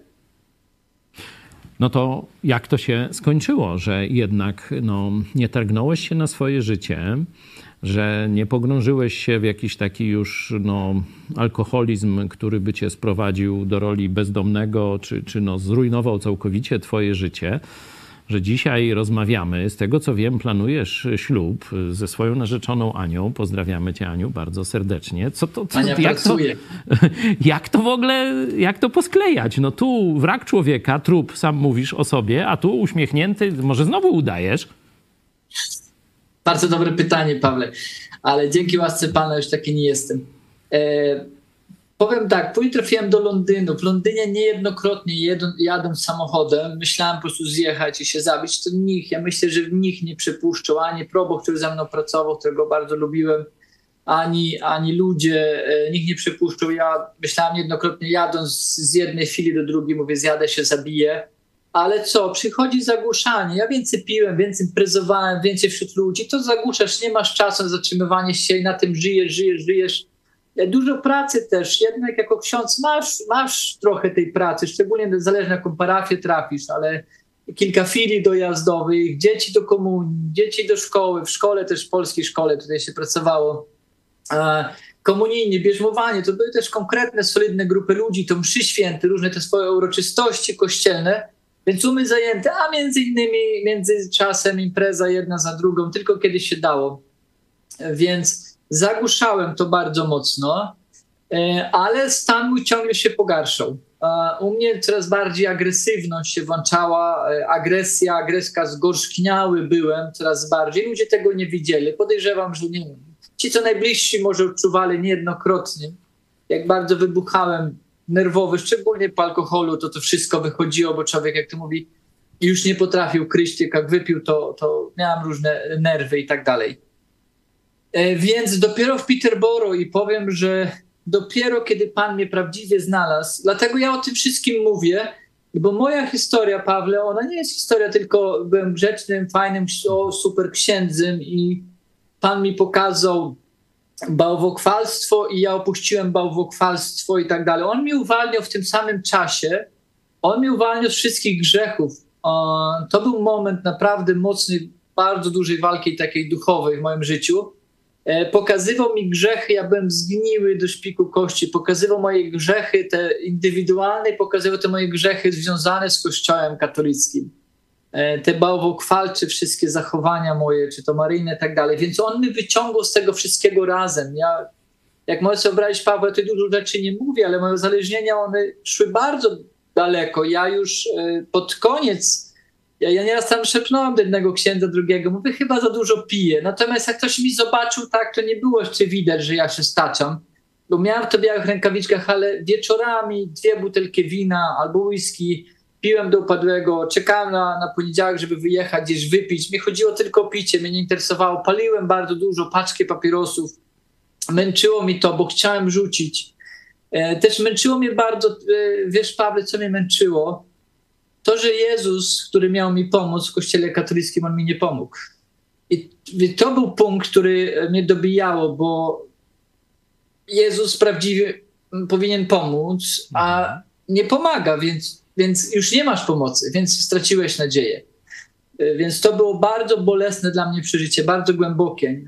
No to jak to się skończyło, że jednak no, nie targnąłeś się na swoje życie, że nie pogrążyłeś się w jakiś taki już no, alkoholizm, który by cię sprowadził do roli bezdomnego, czy, czy no, zrujnował całkowicie twoje życie, że dzisiaj rozmawiamy. Z tego co wiem, planujesz ślub ze swoją narzeczoną Anią. Pozdrawiamy cię, Aniu, bardzo serdecznie. Co to, co, Ania jak pracuje. To, jak to w ogóle, jak to posklejać? No tu wrak człowieka, trup, sam mówisz o sobie, a tu uśmiechnięty, może znowu udajesz? Bardzo dobre pytanie, Pawle, ale dzięki łasce Pana już taki nie jestem. E, powiem tak, później trafiłem do Londynu. W Londynie niejednokrotnie jedą, jadą samochodem. Myślałem po prostu zjechać i się zabić. To nikt, ja myślę, że nikt nie przypuszczał, ani proboszcz, który ze mną pracował, którego bardzo lubiłem, ani, ani ludzie, nikt nie przypuszczał. Ja myślałem niejednokrotnie, jadąc z jednej chwili do drugiej, mówię, zjadę się, zabiję. Ale co, przychodzi zagłuszanie. Ja więcej piłem, więcej imprezowałem, więcej wśród ludzi. To zagłuszasz, nie masz czasu na zatrzymywanie się i na tym żyjesz, żyjesz, żyjesz. Dużo pracy też. Jednak jako ksiądz masz, masz trochę tej pracy, szczególnie zależy na jaką parafię trafisz, ale kilka filii dojazdowych, dzieci do komunii, dzieci do szkoły, w szkole też, w polskiej szkole tutaj się pracowało. Komunijnie, bierzmowanie, to były też konkretne, solidne grupy ludzi, to mszy święte, różne te swoje uroczystości kościelne, więc umy zajęte, a między innymi między czasem impreza jedna za drugą, tylko kiedy się dało. Więc zagłuszałem to bardzo mocno, ale stan mój ciągle się pogarszał. U mnie coraz bardziej agresywność się włączała, agresja, agreska, zgorzkniały byłem coraz bardziej. Ludzie tego nie widzieli. Podejrzewam, że nie wiem. Ci, co najbliżsi może odczuwali niejednokrotnie, jak bardzo wybuchałem nerwowy, szczególnie po alkoholu, to to wszystko wychodziło, bo człowiek, jak to mówi, już nie potrafił kryć, jak wypił, to, to miałem różne nerwy i tak dalej. Więc dopiero w Peterborough i powiem, że dopiero kiedy Pan mnie prawdziwie znalazł, dlatego ja o tym wszystkim mówię, bo moja historia, Pawle, ona nie jest historia tylko byłem grzecznym, fajnym, o, super księdzem i Pan mi pokazał bałwochwalstwo i ja opuściłem bałwochwalstwo i tak dalej. On mnie uwalniał w tym samym czasie, on mnie uwalniał z wszystkich grzechów. To był moment naprawdę mocnej, bardzo dużej walki takiej duchowej w moim życiu. Pokazywał mi grzechy, ja byłem zgniły do szpiku kości, pokazywał moje grzechy, te indywidualne, pokazywał te moje grzechy związane z Kościołem katolickim. Te bałwochwalcze wszystkie zachowania moje, czy to maryjne i tak dalej. Więc on mnie wyciągał z tego wszystkiego razem. Ja, jak możesz sobie wyobrazić, Paweł, to dużo rzeczy nie mówię, ale moje uzależnienia, one szły bardzo daleko. Ja już pod koniec, ja, ja nieraz tam szepnąłem do jednego księdza, drugiego, mówię, chyba za dużo piję. Natomiast jak ktoś mi zobaczył tak, to nie było jeszcze widać, że ja się staczam. Bo miałem w to białych rękawiczkach, ale wieczorami dwie butelki wina albo whisky, piłem do upadłego, czekałem na, na poniedziałek, żeby wyjechać gdzieś wypić. Mnie chodziło tylko o picie, mnie nie interesowało. Paliłem bardzo dużo, paczki papierosów. Męczyło mi to, bo chciałem rzucić. E, też męczyło mnie bardzo, e, wiesz, Pawle, co mnie męczyło? To, że Jezus, który miał mi pomóc w Kościele katolickim, on mi nie pomógł. I, i to był punkt, który mnie dobijało, bo Jezus prawdziwie powinien pomóc, a nie pomaga, więc Więc już nie masz pomocy, więc straciłeś nadzieję. Więc to było bardzo bolesne dla mnie przeżycie, bardzo głębokie.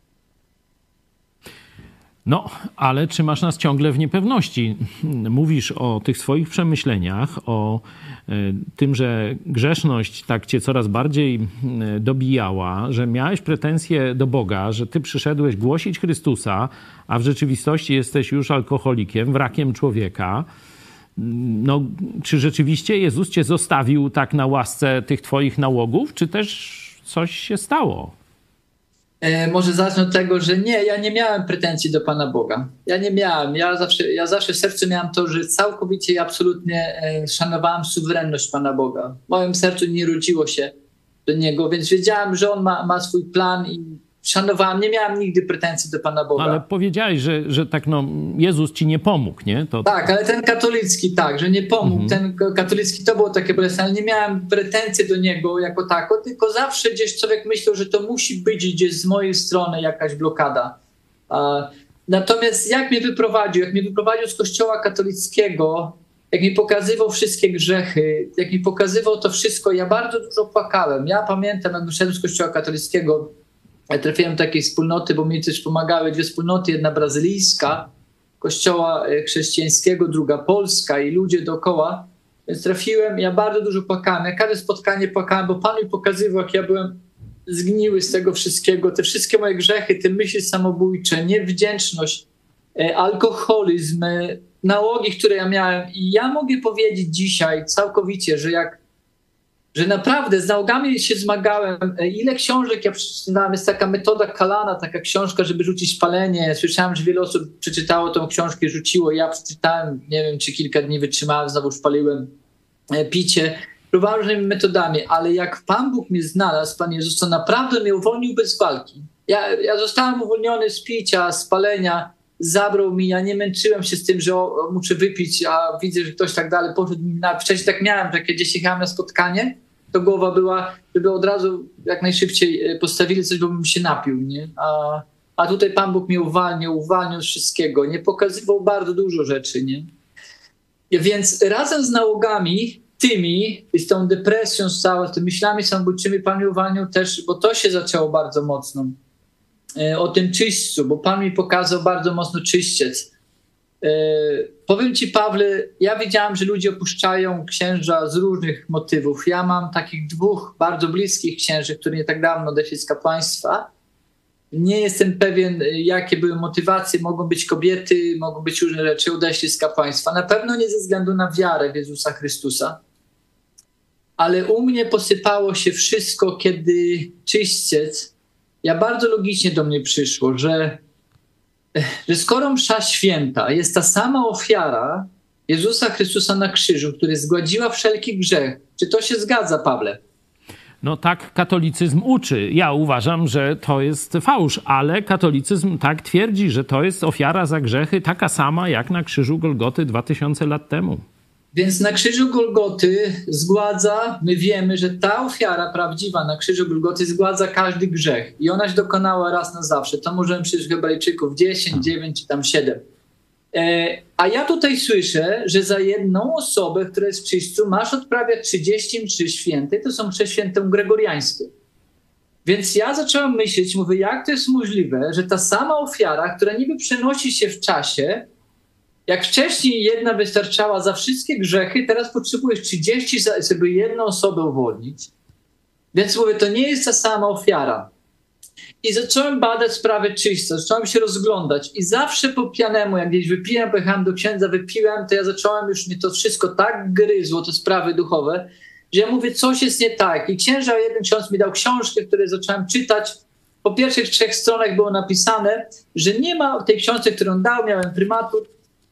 No, ale trzymasz nas ciągle w niepewności. Mówisz o tych swoich przemyśleniach, o y, tym, że grzeszność tak cię coraz bardziej y, dobijała, że miałeś pretensje do Boga, że ty przyszedłeś głosić Chrystusa, a w rzeczywistości jesteś już alkoholikiem, wrakiem człowieka. No, czy rzeczywiście Jezus cię zostawił tak na łasce tych twoich nałogów, czy też coś się stało? E, może zacznę od tego, że nie, ja nie miałem pretensji do Pana Boga. Ja nie miałem. Ja zawsze, ja zawsze w sercu miałem to, że całkowicie i absolutnie e, szanowałem suwerenność Pana Boga. W moim sercu nie rodziło się do Niego, więc wiedziałem, że On ma, ma swój plan i szanowałem, nie miałem nigdy pretensji do Pana Boga. Ale powiedziałeś, że, że tak no, Jezus ci nie pomógł, nie? To... Tak, ale ten katolicki tak, że nie pomógł. Mhm. Ten katolicki to było takie bolesne, ale nie miałem pretensji do Niego jako tako, tylko zawsze gdzieś człowiek myślał, że to musi być gdzieś z mojej strony jakaś blokada. Uh, natomiast jak mnie wyprowadził, jak mnie wyprowadził z Kościoła katolickiego, jak mi pokazywał wszystkie grzechy, jak mi pokazywał to wszystko, ja bardzo dużo płakałem. Ja pamiętam, jak wyszedłem z Kościoła katolickiego, ja trafiłem do takiej wspólnoty, bo mi też pomagały dwie wspólnoty, jedna brazylijska, kościoła chrześcijańskiego, druga polska i ludzie dookoła. Więc trafiłem, ja bardzo dużo płakałem. Ja każde spotkanie płakałem, bo Pan mi pokazywał, jak ja byłem zgniły z tego wszystkiego. Te wszystkie moje grzechy, te myśli samobójcze, niewdzięczność, alkoholizm, nałogi, które ja miałem. I ja mogę powiedzieć dzisiaj całkowicie, że jak że naprawdę z nałogami się zmagałem. Ile książek ja przeczytałem, jest taka metoda Kalana, taka książka, żeby rzucić palenie. Słyszałem, że wiele osób przeczytało tą książkę i rzuciło. Ja przeczytałem, nie wiem, czy kilka dni wytrzymałem, znowu spaliłem picie. próbowałem różnymi metodami, ale jak Pan Bóg mnie znalazł, Pan Jezus, to naprawdę mnie uwolnił bez walki. Ja, ja zostałem uwolniony z picia, z palenia, zabrał mi, ja nie męczyłem się z tym, że o, o, muszę wypić, a widzę, że ktoś tak dalej poszedł. Na, wcześniej tak miałem, że jak gdzieś jechałem na spotkanie, to głowa była, żeby od razu jak najszybciej postawili coś, bo bym się napił, nie? A, a tutaj Pan Bóg mnie uwalniał, uwalniał z wszystkiego, nie pokazywał bardzo dużo rzeczy, nie? Więc razem z nałogami tymi, z tą depresją, z całą, z tymi myślami samobójczymi Pan mnie uwalniał też, bo to się zaczęło bardzo mocno. O tym czyśćcu, bo Pan mi pokazał bardzo mocno czyściec. E, powiem Ci, Pawle, ja wiedziałem, że ludzie opuszczają księża z różnych motywów. Ja mam takich dwóch bardzo bliskich księży, które nie tak dawno odeszli z kapłaństwa. Nie jestem pewien, jakie były motywacje. Mogą być kobiety, mogą być różne rzeczy, odeszli z kapłaństwa. Na pewno nie ze względu na wiarę w Jezusa Chrystusa. Ale u mnie posypało się wszystko, kiedy czyściec, ja bardzo logicznie do mnie przyszło, że, że skoro msza święta jest ta sama ofiara Jezusa Chrystusa na krzyżu, który zgładziła wszelki grzech, czy to się zgadza, Pawle? No tak katolicyzm uczy. Ja uważam, że to jest fałsz, ale katolicyzm tak twierdzi, że to jest ofiara za grzechy taka sama jak na krzyżu Golgoty dwa tysiące lat temu. Więc na krzyżu Golgoty zgładza, my wiemy, że ta ofiara prawdziwa na krzyżu Golgoty zgładza każdy grzech. I ona się dokonała raz na zawsze. To możemy przeczytać Hebrajczyków dziesięć, dziewięć czy tam siedem. E, a ja tutaj słyszę, że za jedną osobę, która jest w czyśćcu, masz odprawiać trzydzieści mszy świętej. To są msze święte gregoriańskie. Więc ja zacząłem myśleć, mówię, jak to jest możliwe, że ta sama ofiara, która niby przenosi się w czasie, jak wcześniej jedna wystarczała za wszystkie grzechy, teraz potrzebujesz trzydzieści, żeby jedną osobę uwolnić. Więc mówię, to nie jest ta sama ofiara. I zacząłem badać sprawę czyśćca, zacząłem się rozglądać i zawsze po pijanemu, jak gdzieś wypiłem, pojechałem do księdza, wypiłem, to ja zacząłem, już mnie to wszystko tak gryzło, te sprawy duchowe, że ja mówię, coś jest nie tak. I księża, jeden ksiądz mi dał książkę, której zacząłem czytać. Po pierwszych trzech stronach było napisane, że nie ma w tej książce, którą dał, miałem prymatur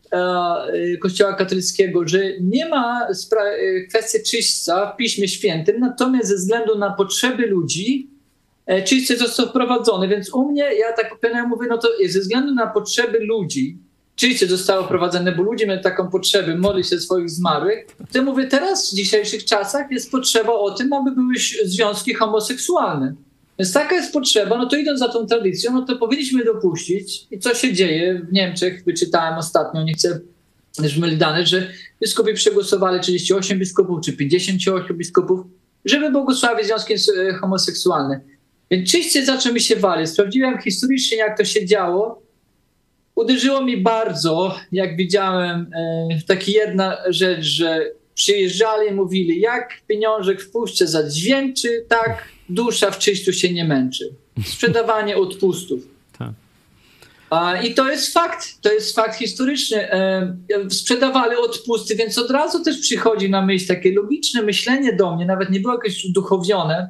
Kościoła katolickiego, że nie ma kwestii czyśćca w Piśmie Świętym, natomiast ze względu na potrzeby ludzi czyśćce został wprowadzony, więc u mnie, ja tak opowiadam, mówię, no to ze względu na potrzeby ludzi czyśćce zostało wprowadzone, bo ludzie mieli taką potrzebę, modlić się swoich zmarłych, to mówię, teraz w dzisiejszych czasach jest potrzeba o tym, aby były związki homoseksualne. Więc taka jest potrzeba, no to idąc za tą tradycją, no to powinniśmy dopuścić i co się dzieje w Niemczech, wyczytałem ostatnio, nie chcę, już mieli dane, że biskupi przegłosowali trzydzieści osiem biskupów czy pięćdziesiąt osiem biskupów, żeby błogosławić związki homoseksualne. Więc czyście zaczął mi się walić. Sprawdziłem historycznie, jak to się działo. Uderzyło mi bardzo, jak widziałem, e, taka jedna rzecz, że przyjeżdżali i mówili, jak pieniążek w puszce zadźwięczy, tak dusza w czyściu się nie męczy. Sprzedawanie odpustów. Tak. A, I to jest fakt, to jest fakt historyczny. E, sprzedawali odpusty, więc od razu też przychodzi na myśl takie logiczne myślenie do mnie, nawet nie było jakieś uduchowione,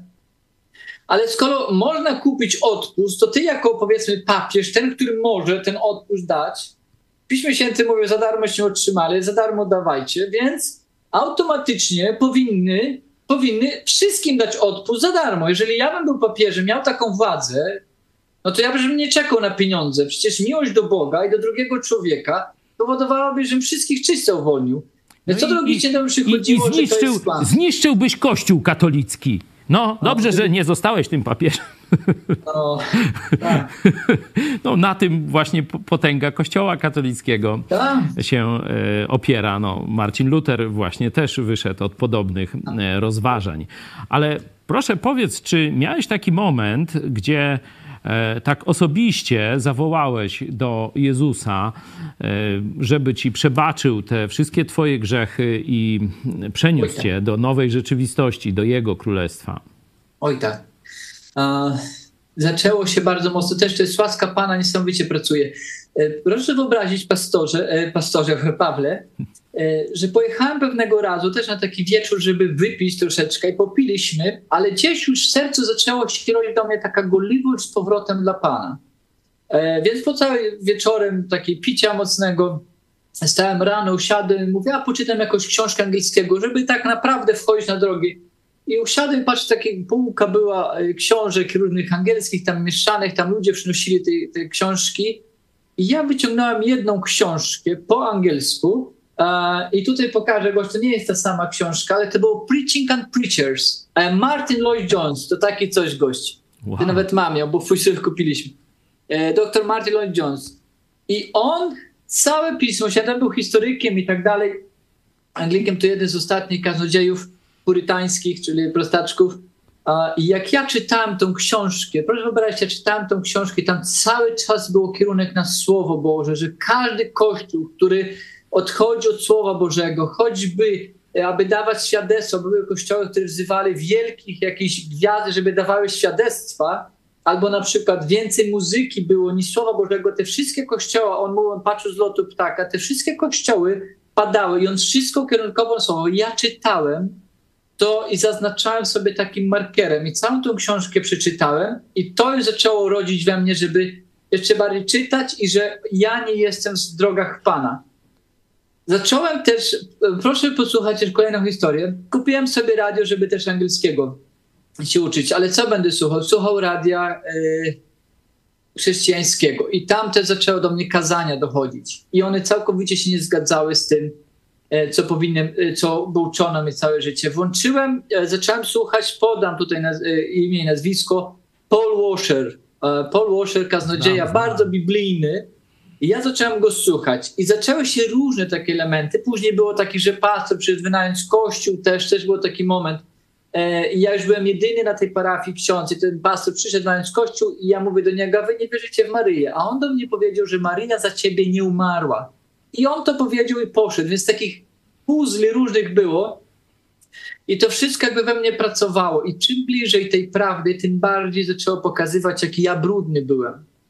ale skoro można kupić odpust, to ty jako, powiedzmy, papież, ten, który może ten odpust dać, w Piśmie Świętym mówią, za darmoście otrzymali, za darmo dawajcie, więc automatycznie powinny, powinny wszystkim dać odpust za darmo. Jeżeli ja bym był papieżem, miał taką władzę, no to ja bym nie czekał na pieniądze. Przecież miłość do Boga i do drugiego człowieka powodowałaby, żebym wszystkich czysto uwolnił. Więc no co logicznie to by przychodziło, i, i zniszczył, że to jest plan. Zniszczyłbyś Kościół katolicki. No, dobrze, że nie zostałeś tym papieżem. No, tak. No, na tym właśnie potęga Kościoła katolickiego tak. się e, opiera. No, Marcin Luter właśnie też wyszedł od podobnych e, rozważań. Ale proszę powiedz, czy miałeś taki moment, gdzie e, tak osobiście zawołałeś do Jezusa, e, żeby ci przebaczył te wszystkie twoje grzechy i przeniósł cię do nowej rzeczywistości, do Jego Królestwa? Oj tak. Uh, zaczęło się bardzo mocno. Też to jest łaska Pana, niesamowicie pracuje. E, proszę wyobrazić, pastorze, e, pastorze Pawle, e, że pojechałem pewnego razu też na taki wieczór, żeby wypić troszeczkę i popiliśmy, ale gdzieś już w sercu zaczęło się rodzić do mnie taka gorliwość z powrotem dla Pana. E, więc po całym wieczorem takiej picia mocnego stałem rano, usiadłem i mówię, a poczytam jakąś książkę angielskiego, żeby tak naprawdę wchodzić na drogę. I usiadłem, patrzę, taka półka była książek różnych angielskich, tam mieszanych, tam ludzie przynosili te, te książki. I ja wyciągnąłem jedną książkę po angielsku uh, i tutaj pokażę, bo to nie jest ta sama książka, ale to było Preaching and Preachers. Uh, Martin Lloyd-Jones, to taki coś gość. Wow. To nawet mam ją, bo w Fujsów kupiliśmy. Uh, doktor Martin Lloyd-Jones. I on całe pismo, siadam był historykiem i tak dalej. Anglikiem to jeden z ostatnich kaznodziejów purytańskich, czyli prostaczków. I jak ja czytałem tą książkę, proszę wyobrazić, ja czytałem tą książkę i tam cały czas był kierunek na Słowo Boże, że każdy kościół, który odchodzi od Słowa Bożego, choćby aby dawać świadectwo, były kościoły, które wzywali wielkich jakichś gwiazd, żeby dawały świadectwa, albo na przykład więcej muzyki było niż Słowa Bożego, te wszystkie kościoły, on mówił, on patrzył z lotu ptaka, te wszystkie kościoły padały i on wszystko kierunkowo Słowo. Ja czytałem to i zaznaczałem sobie takim markerem i całą tą książkę przeczytałem i to już zaczęło rodzić we mnie, żeby jeszcze bardziej czytać i że ja nie jestem w drogach Pana. Zacząłem też, proszę posłuchać też kolejną historię, kupiłem sobie radio, żeby też angielskiego się uczyć, ale co będę słuchał? Słuchał radia y, chrześcijańskiego i tam też zaczęło do mnie kazania dochodzić i one całkowicie się nie zgadzały z tym, co powinien, co było uczono mnie całe życie. Włączyłem, zacząłem słuchać, podam tutaj naz imię i nazwisko, Paul Washer. Paul Washer, kaznodzieja, bardzo biblijny. I ja zacząłem go słuchać. I zaczęły się różne takie elementy. Później było taki, że pastor przyszedł wynająć kościół, też, też był taki moment. I ja już byłem jedyny na tej parafii ksiądz i ten pastor przyszedł wynająć kościół i ja mówię do niego, wy nie wierzycie w Maryję. A on do mnie powiedział, że Maryja za ciebie nie umarła. I on to powiedział i poszedł, więc takich puzli różnych było i to wszystko jakby we mnie pracowało i czym bliżej tej prawdy, tym bardziej zaczęło pokazywać, jaki ja brudny byłem.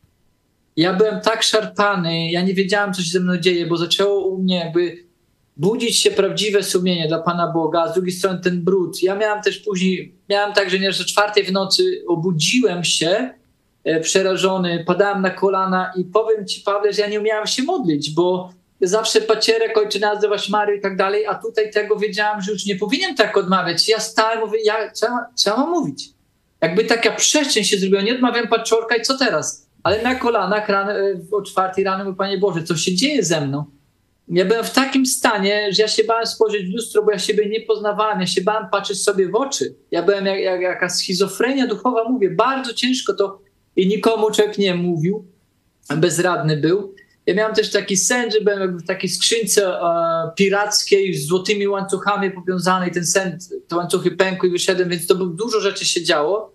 Ja byłem tak szarpany, ja nie wiedziałem, co się ze mną dzieje, bo zaczęło u mnie jakby budzić się prawdziwe sumienie dla Pana Boga, a z drugiej strony ten brud. Ja miałem też później, miałem tak, że nie, że czwartej w nocy obudziłem się e, przerażony, padałem na kolana i powiem Ci, Pawle, że ja nie umiałem się modlić, bo zawsze pacierek, ojcze nazywasz Mary i tak dalej, a tutaj tego wiedziałam, że już nie powinien tak odmawiać. Ja stałem, mówię, ja, co, co ja mam mówić? Jakby taka przestrzeń się zrobiła, nie odmawiam paczorka i co teraz? Ale na kolanach rano, o czwartej rano mówię, Panie Boże, co się dzieje ze mną? Ja byłem w takim stanie, że ja się bałem spojrzeć w lustro, bo ja siebie nie poznawałem, ja się bałem patrzeć sobie w oczy. Ja byłem jak, jak jakaś schizofrenia duchowa, mówię, bardzo ciężko to i nikomu człowiek nie mówił, bezradny był. Ja miałem też taki sen, że byłem w takiej skrzynce e, pirackiej z złotymi łańcuchami powiązanej. Ten sen, te łańcuchy pękły i wyszedłem, więc to było, dużo rzeczy się działo.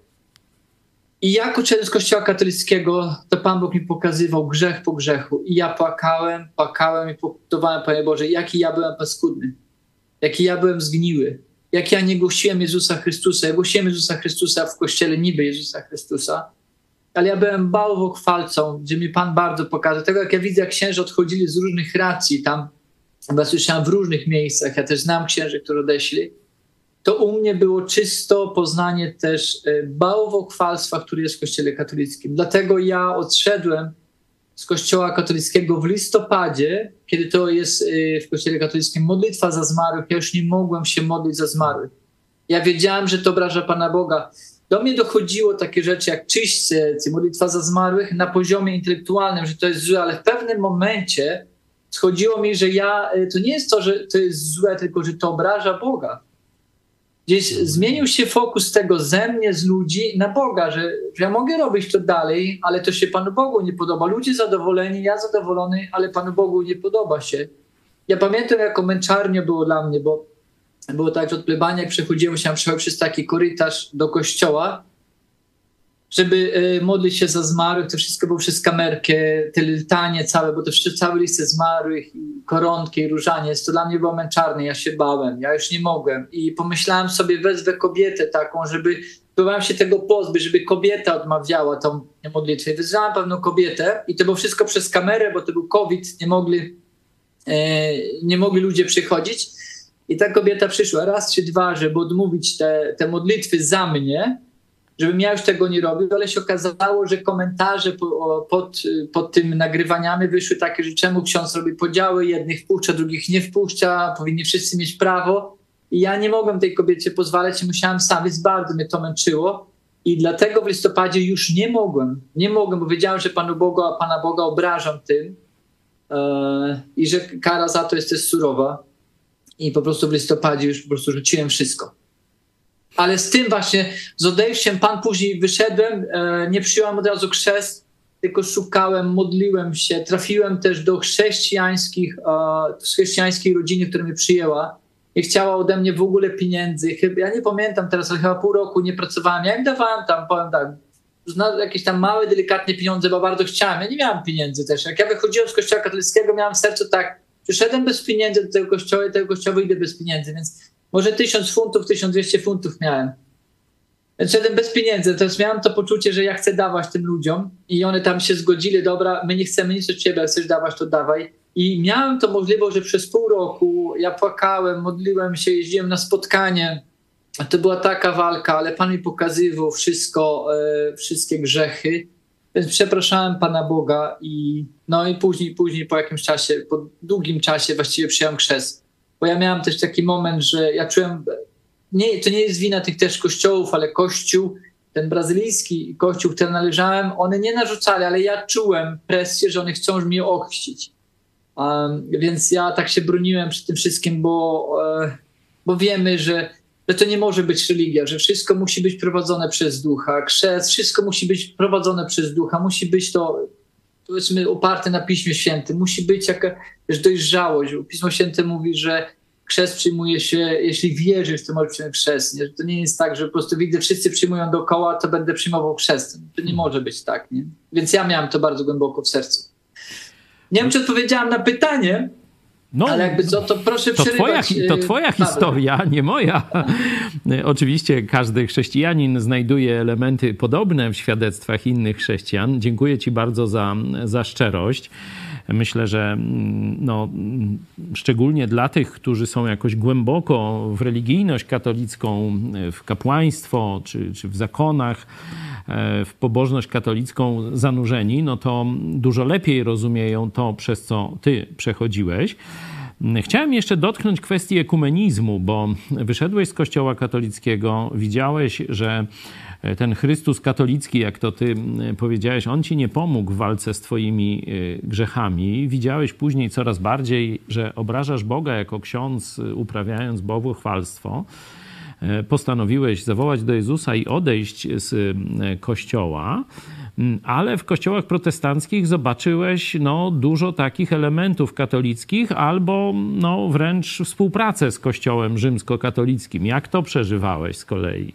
I jako człowiek z Kościoła katolickiego, to Pan Bóg mi pokazywał grzech po grzechu. I ja płakałem, płakałem i pokutowałem, Panie Boże, jaki ja byłem paskudny, jaki ja byłem zgniły, jak ja nie głosiłem Jezusa Chrystusa. Ja głosiłem Jezusa Chrystusa w Kościele niby Jezusa Chrystusa. Ale ja byłem bałwochwalcą, gdzie mi Pan bardzo pokazał. Tego jak ja widzę, jak księży odchodzili z różnych racji, tam chyba słyszałem w różnych miejscach, ja też znam księży, którzy odeszli, to u mnie było czysto poznanie też bałwochwalstwa, który jest w Kościele katolickim. Dlatego ja odszedłem z Kościoła katolickiego w listopadzie, kiedy to jest w Kościele katolickim modlitwa za zmarłych. Ja już nie mogłem się modlić za zmarłych. Ja wiedziałem, że to obraża Pana Boga. Do mnie dochodziło takie rzeczy jak czyśćce, modlitwa za zmarłych na poziomie intelektualnym, że to jest złe, ale w pewnym momencie schodziło mi, że ja, to nie jest to, że to jest złe, tylko że to obraża Boga. Gdzieś zmienił się fokus tego ze mnie, z ludzi na Boga, że, że ja mogę robić to dalej, ale to się Panu Bogu nie podoba. Ludzie zadowoleni, ja zadowolony, ale Panu Bogu nie podoba się. Ja pamiętam, jako męczarnia było dla mnie, bo było tak, że od plebanii, jak przechodziłem, musiałem przechodzić przez taki korytarz do kościoła, żeby y, modlić się za zmarłych. To wszystko było przez kamerkę, te litanie całe, bo to wszystko, całe listy zmarłych, i koronki, i różaniec. To dla mnie było męczarne, ja się bałem, ja już nie mogłem. I pomyślałem sobie, wezwę kobietę taką, żeby, próbowałem się tego pozbyć, żeby kobieta odmawiała tą modlitwę. Wezwałem pewną kobietę i to było wszystko przez kamerę, bo to był COVID, nie mogli, y, nie mogli ludzie przychodzić. I ta kobieta przyszła raz czy dwa, żeby odmówić te, te modlitwy za mnie, żebym ja już tego nie robił, ale się okazało, że komentarze po, pod, pod tym nagrywaniami wyszły takie, że czemu ksiądz robi podziały, jednych wpuszcza, drugich nie wpuszcza, powinni wszyscy mieć prawo. I ja nie mogłem tej kobiecie pozwalać i musiałem sam, więc bardzo mnie to męczyło. I dlatego w listopadzie już nie mogłem, nie mogłem, bo wiedziałem, że Panu Bogu, a Pana Boga obrażam tym yy, i że kara za to jest też surowa. I po prostu w listopadzie już po prostu rzuciłem wszystko. Ale z tym właśnie, z odejściem Pan później wyszedłem, yy, nie przyjąłem od razu chrzest, tylko szukałem, modliłem się, trafiłem też do chrześcijańskich, yy, chrześcijańskiej rodziny, która mnie przyjęła. Nie chciała ode mnie w ogóle pieniędzy. Chyba, ja nie pamiętam teraz, ale chyba pół roku nie pracowałem. Ja im dawałem tam, powiem tak, jakieś tam małe, delikatne pieniądze, bo bardzo chciałem. Ja nie miałem pieniędzy też. Jak ja wychodziłem z kościoła katolickiego, miałem w sercu tak, przyszedłem bez pieniędzy do tego kościoła i tego kościoła wyjdę bez pieniędzy, więc może tysiąc funtów, tysiąc dwieście funtów miałem. Więc szedłem bez pieniędzy. Teraz miałem to poczucie, że ja chcę dawać tym ludziom i one tam się zgodzili, dobra, my nie chcemy nic od ciebie, jak chcesz dawać, to dawaj. I miałem to możliwość, że przez pół roku ja płakałem, modliłem się, jeździłem na spotkanie. To była taka walka, ale Pan mi pokazywał wszystko, e, wszystkie grzechy. Więc przepraszałem Pana Boga i no i później, później po jakimś czasie, po długim czasie właściwie przyjąłem chrzest. Bo ja miałem też taki moment, że ja czułem, nie, to nie jest wina tych też kościołów, ale kościół, ten brazylijski kościół, który należałem, one nie narzucali, ale ja czułem presję, że one chcą mnie ochrzcić. Um, więc ja tak się broniłem przy tym wszystkim, bo, e, bo wiemy, że, że to nie może być religia, że wszystko musi być prowadzone przez ducha, chrzest, wszystko musi być prowadzone przez ducha, musi być to, powiedzmy, oparte na Piśmie Świętym, musi być jakaś dojrzałość. Pismo Święte mówi, że chrzest przyjmuje się, jeśli wierzysz, to możesz przyjąć chrzest. Nie? To nie jest tak, że po prostu widzę, wszyscy przyjmują dookoła, to będę przyjmował chrzest. To nie może być tak. Nie? Więc ja miałem to bardzo głęboko w sercu. Nie wiem, czy odpowiedziałam na pytanie, no, ale jakby co, to proszę to przerywać. Twoja, to twoja historia, nie moja. Oczywiście każdy chrześcijanin znajduje elementy podobne w świadectwach innych chrześcijan. Dziękuję Ci bardzo za, za szczerość. Myślę, że no, szczególnie dla tych, którzy są jakoś głęboko w religijność katolicką, w kapłaństwo czy, czy w zakonach, w pobożność katolicką zanurzeni, no to dużo lepiej rozumieją to, przez co ty przechodziłeś. Chciałem jeszcze dotknąć kwestii ekumenizmu, bo wyszedłeś z Kościoła katolickiego, widziałeś, że ten Chrystus katolicki, jak to ty powiedziałeś, on ci nie pomógł w walce z twoimi grzechami. Widziałeś później coraz bardziej, że obrażasz Boga jako ksiądz, uprawiając bałwochwalstwo. Postanowiłeś zawołać do Jezusa i odejść z Kościoła, ale w kościołach protestanckich zobaczyłeś no, dużo takich elementów katolickich albo no, wręcz współpracę z Kościołem rzymskokatolickim. Jak to przeżywałeś z kolei?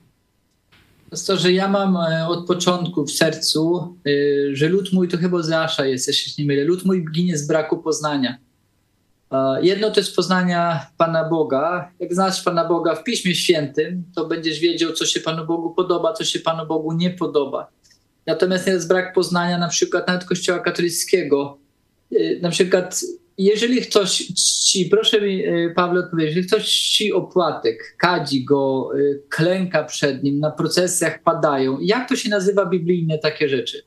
To, że ja mam od początku w sercu, że lud mój, to chyba Ozeasza jest, jeśli się nie mylę, lud mój ginie z braku poznania. Jedno to jest poznania Pana Boga. Jak znasz Pana Boga w Piśmie Świętym, to będziesz wiedział, co się Panu Bogu podoba, co się Panu Bogu nie podoba. Natomiast jest brak poznania na przykład nawet Kościoła katolickiego. Na przykład, jeżeli ktoś czci, proszę mi, Pawle, odpowiedzieć, jeżeli ktoś czci opłatek, kadzi go, klęka przed nim, na procesjach padają, jak to się nazywa biblijne takie rzeczy?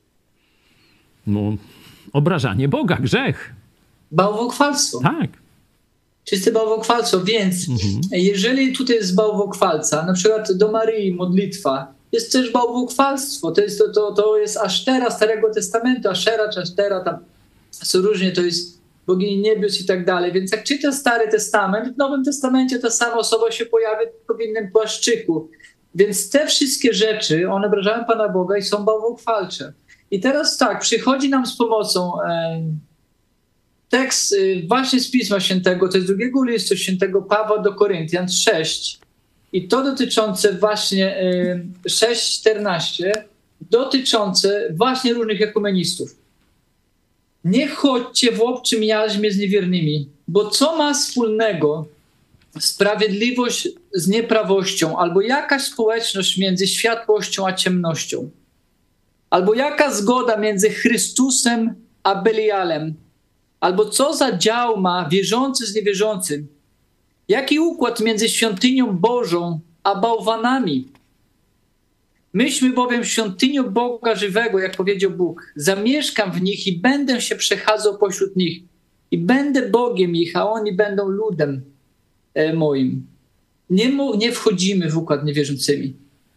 No, obrażanie Boga, grzech. Bałwochwalstwo. Tak. Czyste bałwochwalstwo, więc mhm. jeżeli tutaj jest bałwochwalca, na przykład do Maryi modlitwa, jest też bałwochwalstwo. To jest, to, to, to jest Asztera Starego Testamentu, Aszera czy Asztera, tam są różnie, to jest bogini niebios i tak dalej. Więc jak czyta Stary Testament, w Nowym Testamencie ta sama osoba się pojawia tylko w innym płaszczyku. Więc te wszystkie rzeczy, one obrażają Pana Boga i są bałwochwalcze. I teraz tak, przychodzi nam z pomocą e, tekst e, właśnie z Pisma Świętego, to jest drugiego listu Świętego Pawła do Koryntian sześć. I to dotyczące właśnie e, sześć czternaście, dotyczące właśnie różnych ekumenistów. Nie chodźcie w obczym jaźmie z niewiernymi, bo co ma wspólnego sprawiedliwość z nieprawością, albo jakaś społeczność między światłością a ciemnością, albo jaka zgoda między Chrystusem a Belialem, albo co za dział ma wierzący z niewierzącym, jaki układ między świątynią Bożą a bałwanami, Myśmy bowiem świątynią Boga żywego, jak powiedział Bóg. Zamieszkam w nich i będę się przechadzał pośród nich. I będę Bogiem ich, a oni będą ludem e, moim. Nie, mu, nie wchodzimy w układ niewierzącymi.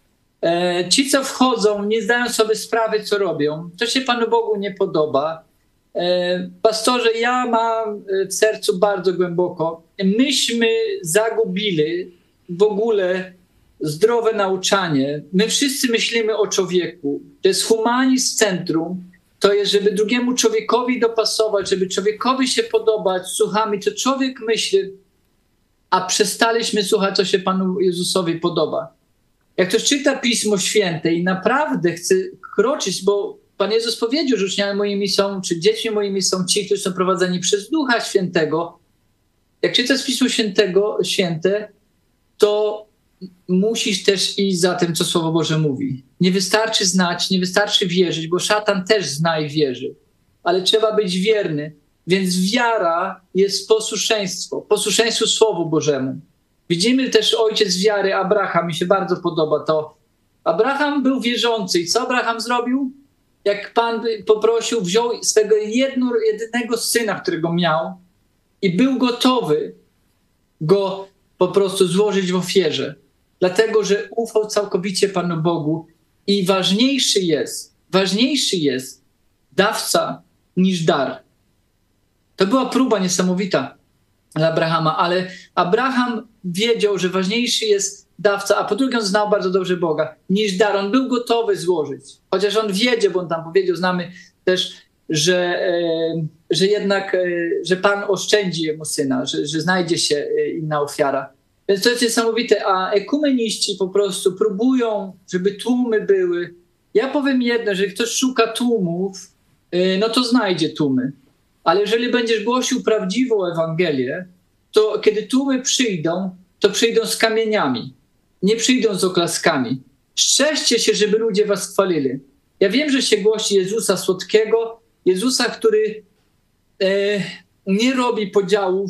E, ci, co wchodzą, nie zdają sobie sprawy, co robią. To się Panu Bogu nie podoba. E, pastorze, ja mam w sercu bardzo głęboko. Myśmy zagubili w ogóle zdrowe nauczanie. My wszyscy myślimy o człowieku. To jest humanizm centrum. To jest, żeby drugiemu człowiekowi dopasować, żeby człowiekowi się podobać. Słuchamy, co człowiek myśli, a przestaliśmy słuchać, co się Panu Jezusowi podoba. Jak ktoś czyta Pismo Święte i naprawdę chce kroczyć, bo Pan Jezus powiedział, że uczniami moimi są, czy dziećmi moimi są ci, którzy są prowadzeni przez Ducha Świętego. Jak czytasz Pismo Świętego, Święte, to musisz też iść za tym, co Słowo Boże mówi. Nie wystarczy znać, nie wystarczy wierzyć, bo szatan też zna i wierzy. Ale trzeba być wierny. Więc wiara jest posłuszeństwo. Posłuszeństwo Słowu Bożemu. Widzimy też ojciec wiary, Abraham. Mi się bardzo podoba to. Abraham był wierzący. I co Abraham zrobił? Jak Pan poprosił, wziął swego jedno, jedynego syna, którego miał i był gotowy go po prostu złożyć w ofierze. Dlatego, że ufał całkowicie Panu Bogu i ważniejszy jest, ważniejszy jest dawca niż dar. To była próba niesamowita dla Abrahama, ale Abraham wiedział, że ważniejszy jest dawca, a po drugie on znał bardzo dobrze Boga, niż dar. On był gotowy złożyć. Chociaż on wiedzie, bo on tam powiedział, znamy też, że, e, że jednak, e, że Pan oszczędzi jemu syna, że, że znajdzie się e, inna ofiara. Więc to jest niesamowite, a ekumeniści po prostu próbują, żeby tłumy były. Ja powiem jedno, że ktoś szuka tłumów, no to znajdzie tłumy. Ale jeżeli będziesz głosił prawdziwą Ewangelię, to kiedy tłumy przyjdą, to przyjdą z kamieniami. Nie przyjdą z oklaskami. Strzeżcie się, żeby ludzie was chwalili. Ja wiem, że się głosi Jezusa słodkiego, Jezusa, który e, nie robi podziałów,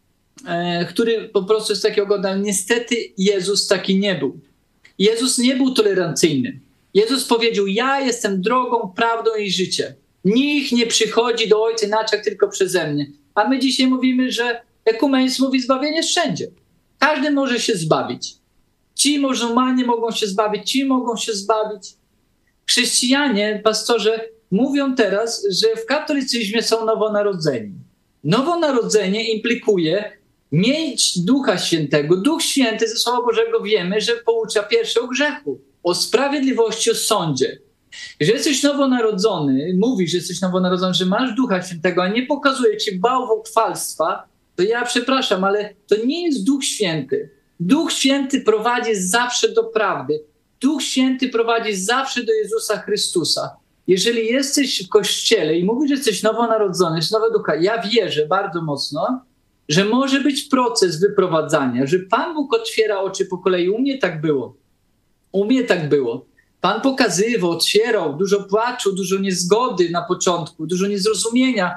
który po prostu jest takiego godny. Niestety Jezus taki nie był. Jezus nie był tolerancyjny. Jezus powiedział, ja jestem drogą, prawdą i życiem. Nikt nie przychodzi do Ojca inaczej, jak tylko przeze mnie. A my dzisiaj mówimy, że ekumenizm mówi zbawienie wszędzie. Każdy może się zbawić. Ci muzułmanie mogą się zbawić, ci mogą się zbawić. Chrześcijanie, pastorze, mówią teraz, że w katolicyzmie są nowonarodzeni. Nowonarodzenie implikuje mieć Ducha Świętego. Duch Święty ze Słowa Bożego wiemy, że poucza pierwsze o grzechu, o sprawiedliwości, o sądzie. Jeżeli jesteś nowonarodzony, mówisz, że jesteś nowonarodzony, że masz Ducha Świętego, a nie pokazuje ci bałwochwalstwa, to ja przepraszam, ale to nie jest Duch Święty. Duch Święty prowadzi zawsze do prawdy. Duch Święty prowadzi zawsze do Jezusa Chrystusa. Jeżeli jesteś w Kościele i mówisz, że jesteś nowonarodzony, z nowego ducha, ja wierzę bardzo mocno, że może być proces wyprowadzania, że Pan Bóg otwiera oczy po kolei. U mnie tak było. U mnie tak było. Pan pokazywał, otwierał, dużo płaczu, dużo niezgody na początku, dużo niezrozumienia.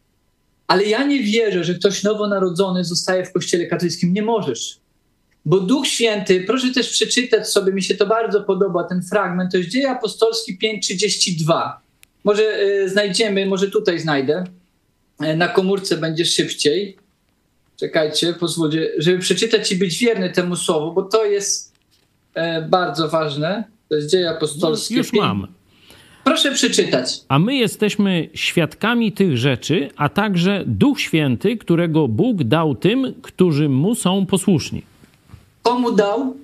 Ale ja nie wierzę, że ktoś nowonarodzony zostaje w Kościele katolickim. Nie możesz. Bo Duch Święty, proszę też przeczytać sobie, mi się to bardzo podoba, ten fragment, to jest Dzieje Apostolskie pięć trzydzieści dwa. Może y, znajdziemy, może tutaj znajdę. Y, na komórce będzie szybciej. Czekajcie, pozwólcie, żeby przeczytać i być wierny temu słowu, bo to jest y, bardzo ważne. To jest Dzieje Apostolskie. Już mam. Proszę przeczytać. A my jesteśmy świadkami tych rzeczy, a także Duch Święty, którego Bóg dał tym, którzy Mu są posłuszni. Komu dał?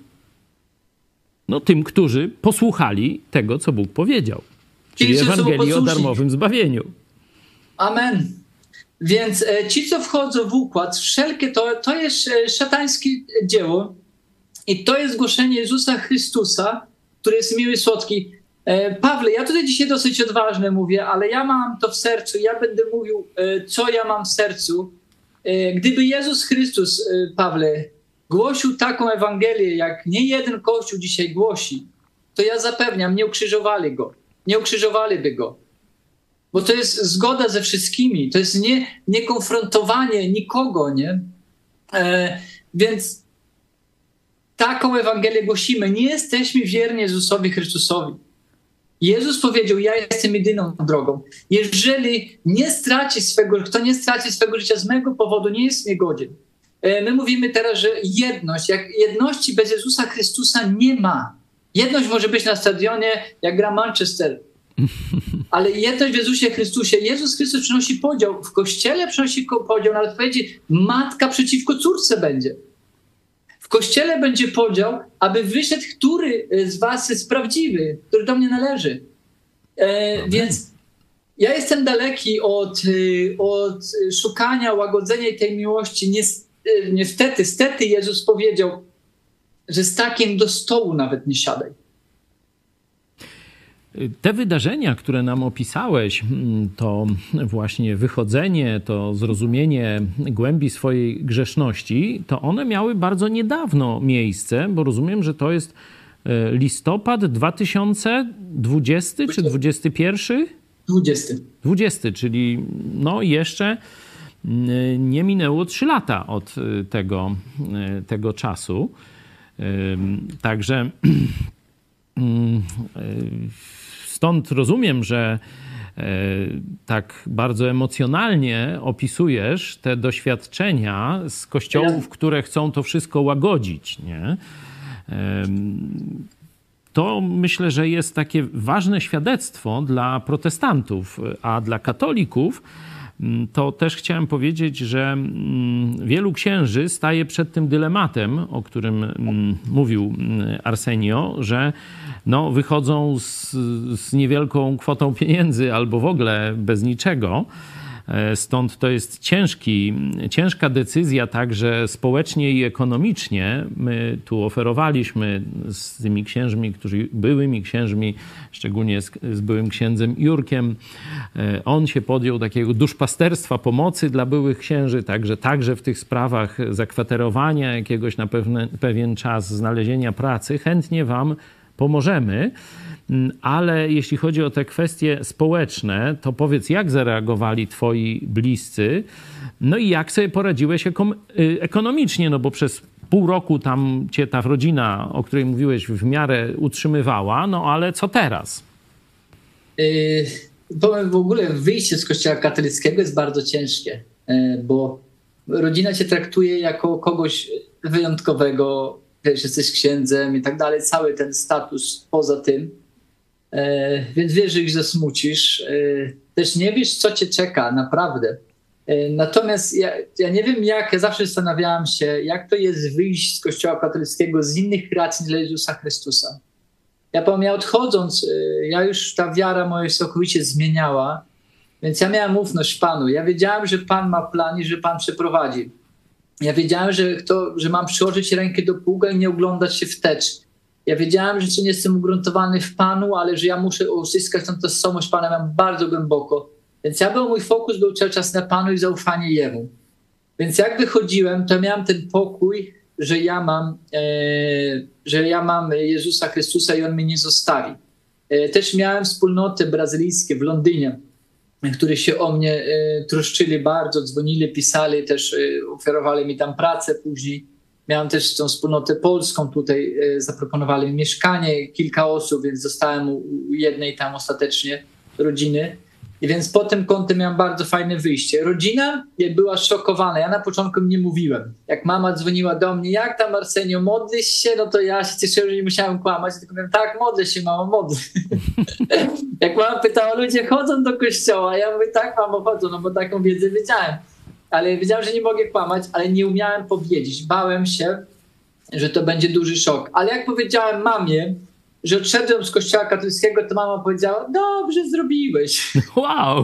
No tym, którzy posłuchali tego, co Bóg powiedział. Czyli Ci, Ewangelii o darmowym zbawieniu. Amen. Więc e, ci, co wchodzą w układ, wszelkie to, to jest e, szatańskie dzieło i to jest głoszenie Jezusa Chrystusa, który jest miły, słodki. E, Pawle, ja tutaj dzisiaj dosyć odważnie mówię, ale ja mam to w sercu, ja będę mówił, e, co ja mam w sercu. E, gdyby Jezus Chrystus, e, Pawle, głosił taką Ewangelię, jak nie jeden Kościół dzisiaj głosi, to ja zapewniam, nie ukrzyżowali go. Nie ukrzyżowaliby go. Bo to jest zgoda ze wszystkimi. To jest nie, nie konfrontowanie nikogo, nie? E, więc taką Ewangelię głosimy. Nie jesteśmy wierni Jezusowi Chrystusowi. Jezus powiedział, ja jestem jedyną drogą. Jeżeli nie straci swego, kto nie straci swego życia z mego powodu, nie jest niegodzien. My mówimy teraz, że jedność, jak jedności bez Jezusa Chrystusa nie ma. Jedność może być na stadionie, jak gra Manchester. Ale jedność w Jezusie Chrystusie. Jezus Chrystus przynosi podział. W Kościele przynosi podział. Nawet powiedzieć, matka przeciwko córce będzie. W Kościele będzie podział, aby wyszedł, który z was jest prawdziwy, który do mnie należy. E, więc ja jestem daleki od, od szukania łagodzenia tej miłości. Niestety, stety Jezus powiedział, że z takim do stołu nawet nie siadaj. Te wydarzenia, które nam opisałeś, to właśnie wychodzenie, to zrozumienie głębi swojej grzeszności, to one miały bardzo niedawno miejsce, bo rozumiem, że to jest listopad dwa tysiące dwudziesty czy dwudziesty pierwszy? dwudziesty. dwudziesty, czyli no jeszcze nie minęło trzy lata od tego, tego czasu. Także stąd rozumiem, że tak bardzo emocjonalnie opisujesz te doświadczenia z kościołów, które chcą to wszystko łagodzić, nie? To myślę, że jest takie ważne świadectwo dla protestantów, a dla katolików to też chciałem powiedzieć, że wielu księży staje przed tym dylematem, o którym mówił Arsenio, że no, wychodzą z, z niewielką kwotą pieniędzy albo w ogóle bez niczego. Stąd to jest ciężki, ciężka decyzja także społecznie i ekonomicznie. My tu oferowaliśmy z tymi księżmi, którzy byłymi księżmi, szczególnie z, z byłym księdzem Jurkiem. On się podjął takiego duszpasterstwa pomocy dla byłych księży, także, także w tych sprawach zakwaterowania jakiegoś na pewne, pewien czas, znalezienia pracy. Chętnie wam pomożemy. Ale jeśli chodzi o te kwestie społeczne, to powiedz, jak zareagowali twoi bliscy, no i jak sobie poradziłeś ekonomicznie, no bo przez pół roku tam cię ta rodzina, o której mówiłeś, w miarę utrzymywała, no ale co teraz? Yy, powiem, w ogóle wyjście z kościoła katolickiego jest bardzo ciężkie, yy, bo rodzina cię traktuje jako kogoś wyjątkowego, też jesteś księdzem i tak dalej, cały ten status poza tym. E, więc wiesz, że ich zasmucisz. E, też nie wiesz, co cię czeka, naprawdę. E, natomiast ja, ja nie wiem jak, ja zawsze zastanawiałam się, jak to jest wyjść z kościoła katolickiego z innych racji dla Jezusa Chrystusa. Ja powiem, ja odchodząc, e, ja już ta wiara moja się całkowicie zmieniała, więc ja miałem ufność Panu. Ja wiedziałem, że Pan ma plan i że Pan przeprowadzi. Ja wiedziałem, że, to, że mam przyłożyć rękę do pługa i nie oglądać się wstecz. Ja wiedziałem, że nie jestem ugruntowany w Panu, ale że ja muszę uzyskać tę tożsamość Pana mam bardzo głęboko. Więc ja był, mój fokus był cały czas na Panu i zaufanie Jemu. Więc jak wychodziłem, to miałem ten pokój, że ja mam, e, że ja mam Jezusa Chrystusa i On mnie nie zostawi. E, też miałem wspólnoty brazylijskie w Londynie, którzy się o mnie e, troszczyli bardzo, dzwonili, pisali, też e, oferowali mi tam pracę później. Miałem też tą wspólnotę polską, tutaj e, zaproponowali mi mieszkanie, kilka osób, więc zostałem u, u jednej tam ostatecznie rodziny. I więc pod tym kątem miałem bardzo fajne wyjście. Rodzina była szokowana. Ja na początku nie mówiłem. Jak mama dzwoniła do mnie, jak tam Arsenio, modlisz się? No to ja się cieszyłem, że nie musiałem kłamać. Tylko mówię, tak, modlę się, mamo, modlę. Jak mama pytała, ludzie chodzą do kościoła? Ja mówię, tak, mamo, chodzą, no bo taką wiedzę wiedziałem. Ale wiedziałem, że nie mogę kłamać, ale nie umiałem powiedzieć. Bałem się, że to będzie duży szok. Ale jak powiedziałem mamie, że odszedłem z kościoła katolickiego, to mama powiedziała, dobrze zrobiłeś. Wow!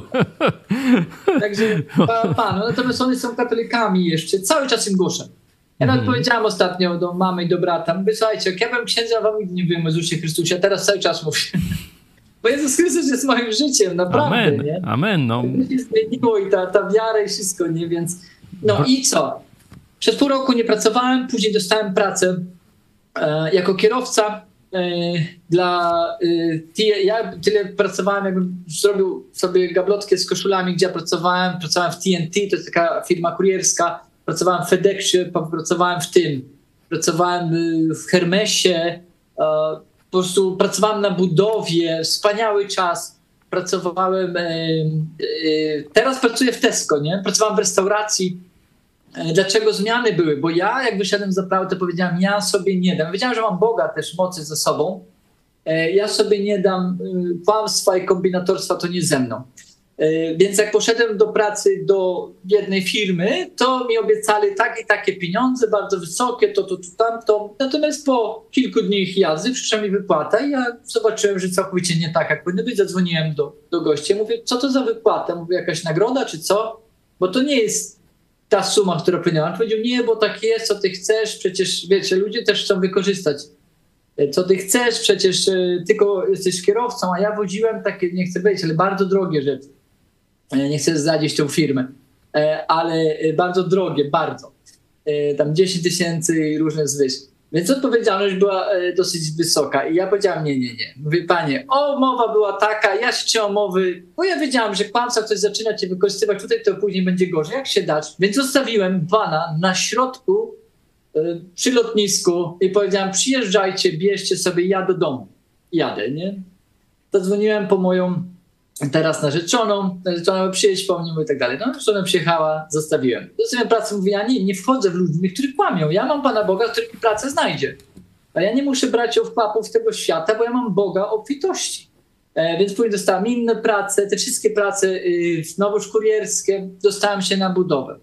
Także Panu, natomiast oni są katolikami jeszcze, cały czas im głoszę. Ja nawet mm. powiedziałam ostatnio do mamy i do brata, mówię, słuchajcie, jak ja bym księdza, wam nigdy nie wiem o Jezusie Chrystusie, a teraz cały czas mówię. Bo Jezus Chrystus jest moim życiem, naprawdę. Amen, nie? amen. No. To się zmieniło i ta, ta wiara i wszystko, nie? Więc no i co? Przez pół roku nie pracowałem, później dostałem pracę e, jako kierowca e, dla... E, ja tyle pracowałem, jakbym zrobił sobie gablotkę z koszulami, gdzie ja pracowałem. Pracowałem w T N T, to jest taka firma kurierska. Pracowałem w FedExie, pracowałem w tym. pracowałem w Hermesie, po prostu pracowałem na budowie, wspaniały czas. Pracowałem, teraz pracuję w Tesco, nie? Pracowałem w restauracji. Dlaczego zmiany były? Bo ja, jak wyszedłem z zaprawy, to powiedziałem, ja sobie nie dam. Wiedziałem, że mam Boga też mocy ze sobą. Ja sobie nie dam kłamstwa i kombinatorstwa, to nie ze mną. Więc jak poszedłem do pracy do jednej firmy, to mi obiecali tak i takie pieniądze, bardzo wysokie, to, to, to, tamto. Natomiast po kilku dni ich jazdy przyszła mi wypłata i ja zobaczyłem, że całkowicie nie tak, jak powinno być. Zadzwoniłem do, do gościa. Mówię, co to za wypłata? Mówię, jakaś nagroda czy co? Bo to nie jest ta suma, która płynęła. On powiedział, nie, bo tak jest, co ty chcesz, przecież wiecie, ludzie też chcą wykorzystać. Co ty chcesz, przecież tylko jesteś kierowcą, a ja woziłem takie, nie chcę powiedzieć, ale bardzo drogie rzeczy. Nie chcę zdradzić tą firmę, ale bardzo drogie, bardzo. Tam dziesięć tysięcy i różne zwyżki. Więc odpowiedzialność była dosyć wysoka i ja powiedziałam, nie, nie, nie. Mówię, panie, o, mowa była taka, ja się trzymam mowy, bo ja wiedziałam, że kłamca ktoś zaczyna cię wykorzystywać tutaj, to później będzie gorzej, jak się dać. Więc zostawiłem vana na środku y, przy lotnisku i powiedziałam, przyjeżdżajcie, bierzcie sobie, ja do domu. Jadę, nie? Zadzwoniłem po moją teraz narzeczoną, narzeczona przyjeźdź po mnie i tak dalej. No, narzeczona przyjechała, zostawiłem. Zostawiłem pracę, mówię, ja nie, nie wchodzę w ludzi, którzy kłamią. Ja mam Pana Boga, który mi pracę znajdzie. A ja nie muszę brać wkłapów tego świata, bo ja mam Boga obfitości. E, więc później dostałem inne prace, te wszystkie prace y, nowoszkurierskie, dostałem się na budowę.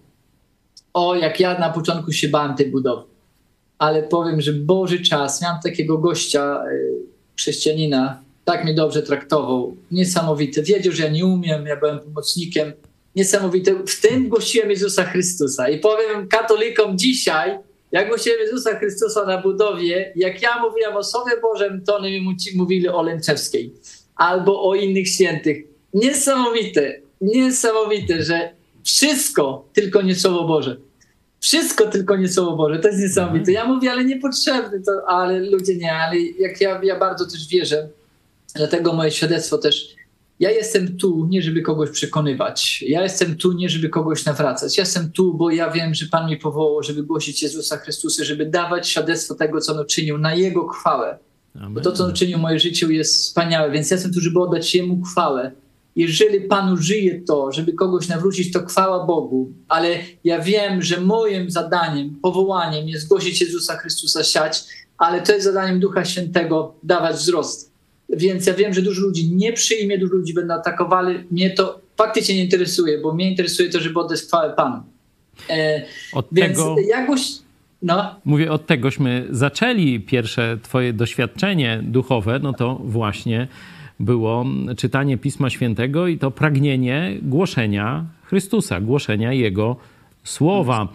O, jak ja na początku się bałem tej budowy. Ale powiem, że Boży czas, miałem takiego gościa, y, chrześcijanina, tak mnie dobrze traktował, niesamowity. Wiedział, że ja nie umiem, ja byłem pomocnikiem. Niesamowity. W tym głosiłem Jezusa Chrystusa. I powiem katolikom dzisiaj, jak głosiłem Jezusa Chrystusa na budowie, jak ja mówiłem o Słowie Bożym, to oni mi mówili o Lęczewskiej albo o innych świętych. Niesamowite, niesamowite, że wszystko, tylko nie Słowo Boże. Wszystko, tylko nie Słowo Boże. To jest niesamowite. Ja mówię, ale niepotrzebne, to, ale ludzie nie, ale jak ja, ja bardzo też wierzę, dlatego moje świadectwo też, ja jestem tu nie, żeby kogoś przekonywać. Ja jestem tu nie, żeby kogoś nawracać. Ja jestem tu, bo ja wiem, że Pan mnie powołał, żeby głosić Jezusa Chrystusa, żeby dawać świadectwo tego, co On uczynił, na Jego chwałę. Amen. Bo to, co On uczynił w moim życiu, jest wspaniałe, więc ja jestem tu, żeby oddać Jemu chwałę. Jeżeli Panu żyje to, żeby kogoś nawrócić, to chwała Bogu. Ale ja wiem, że moim zadaniem, powołaniem jest głosić Jezusa Chrystusa, siać, ale to jest zadaniem Ducha Świętego, dawać wzrost. Więc ja wiem, że dużo ludzi nie przyjmie, dużo ludzi będą atakowali. Mnie to faktycznie nie interesuje, bo mnie interesuje to, żeby oddać chwałę Panu. E, od więc tego, jakoś... No. Mówię, od tegośmy zaczęli pierwsze twoje doświadczenie duchowe, no to właśnie było czytanie Pisma Świętego i to pragnienie głoszenia Chrystusa, głoszenia Jego słowa.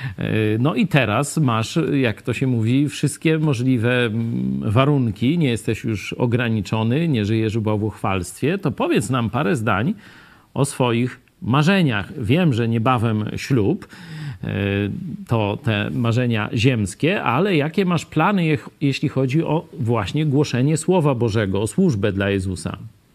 No i teraz masz, jak to się mówi, wszystkie możliwe warunki, nie jesteś już ograniczony, nie żyjesz w bałwochwalstwie, to powiedz nam parę zdań o swoich marzeniach. Wiem, że niebawem ślub, to te marzenia ziemskie, ale jakie masz plany, jeśli chodzi o właśnie głoszenie Słowa Bożego, o służbę dla Jezusa?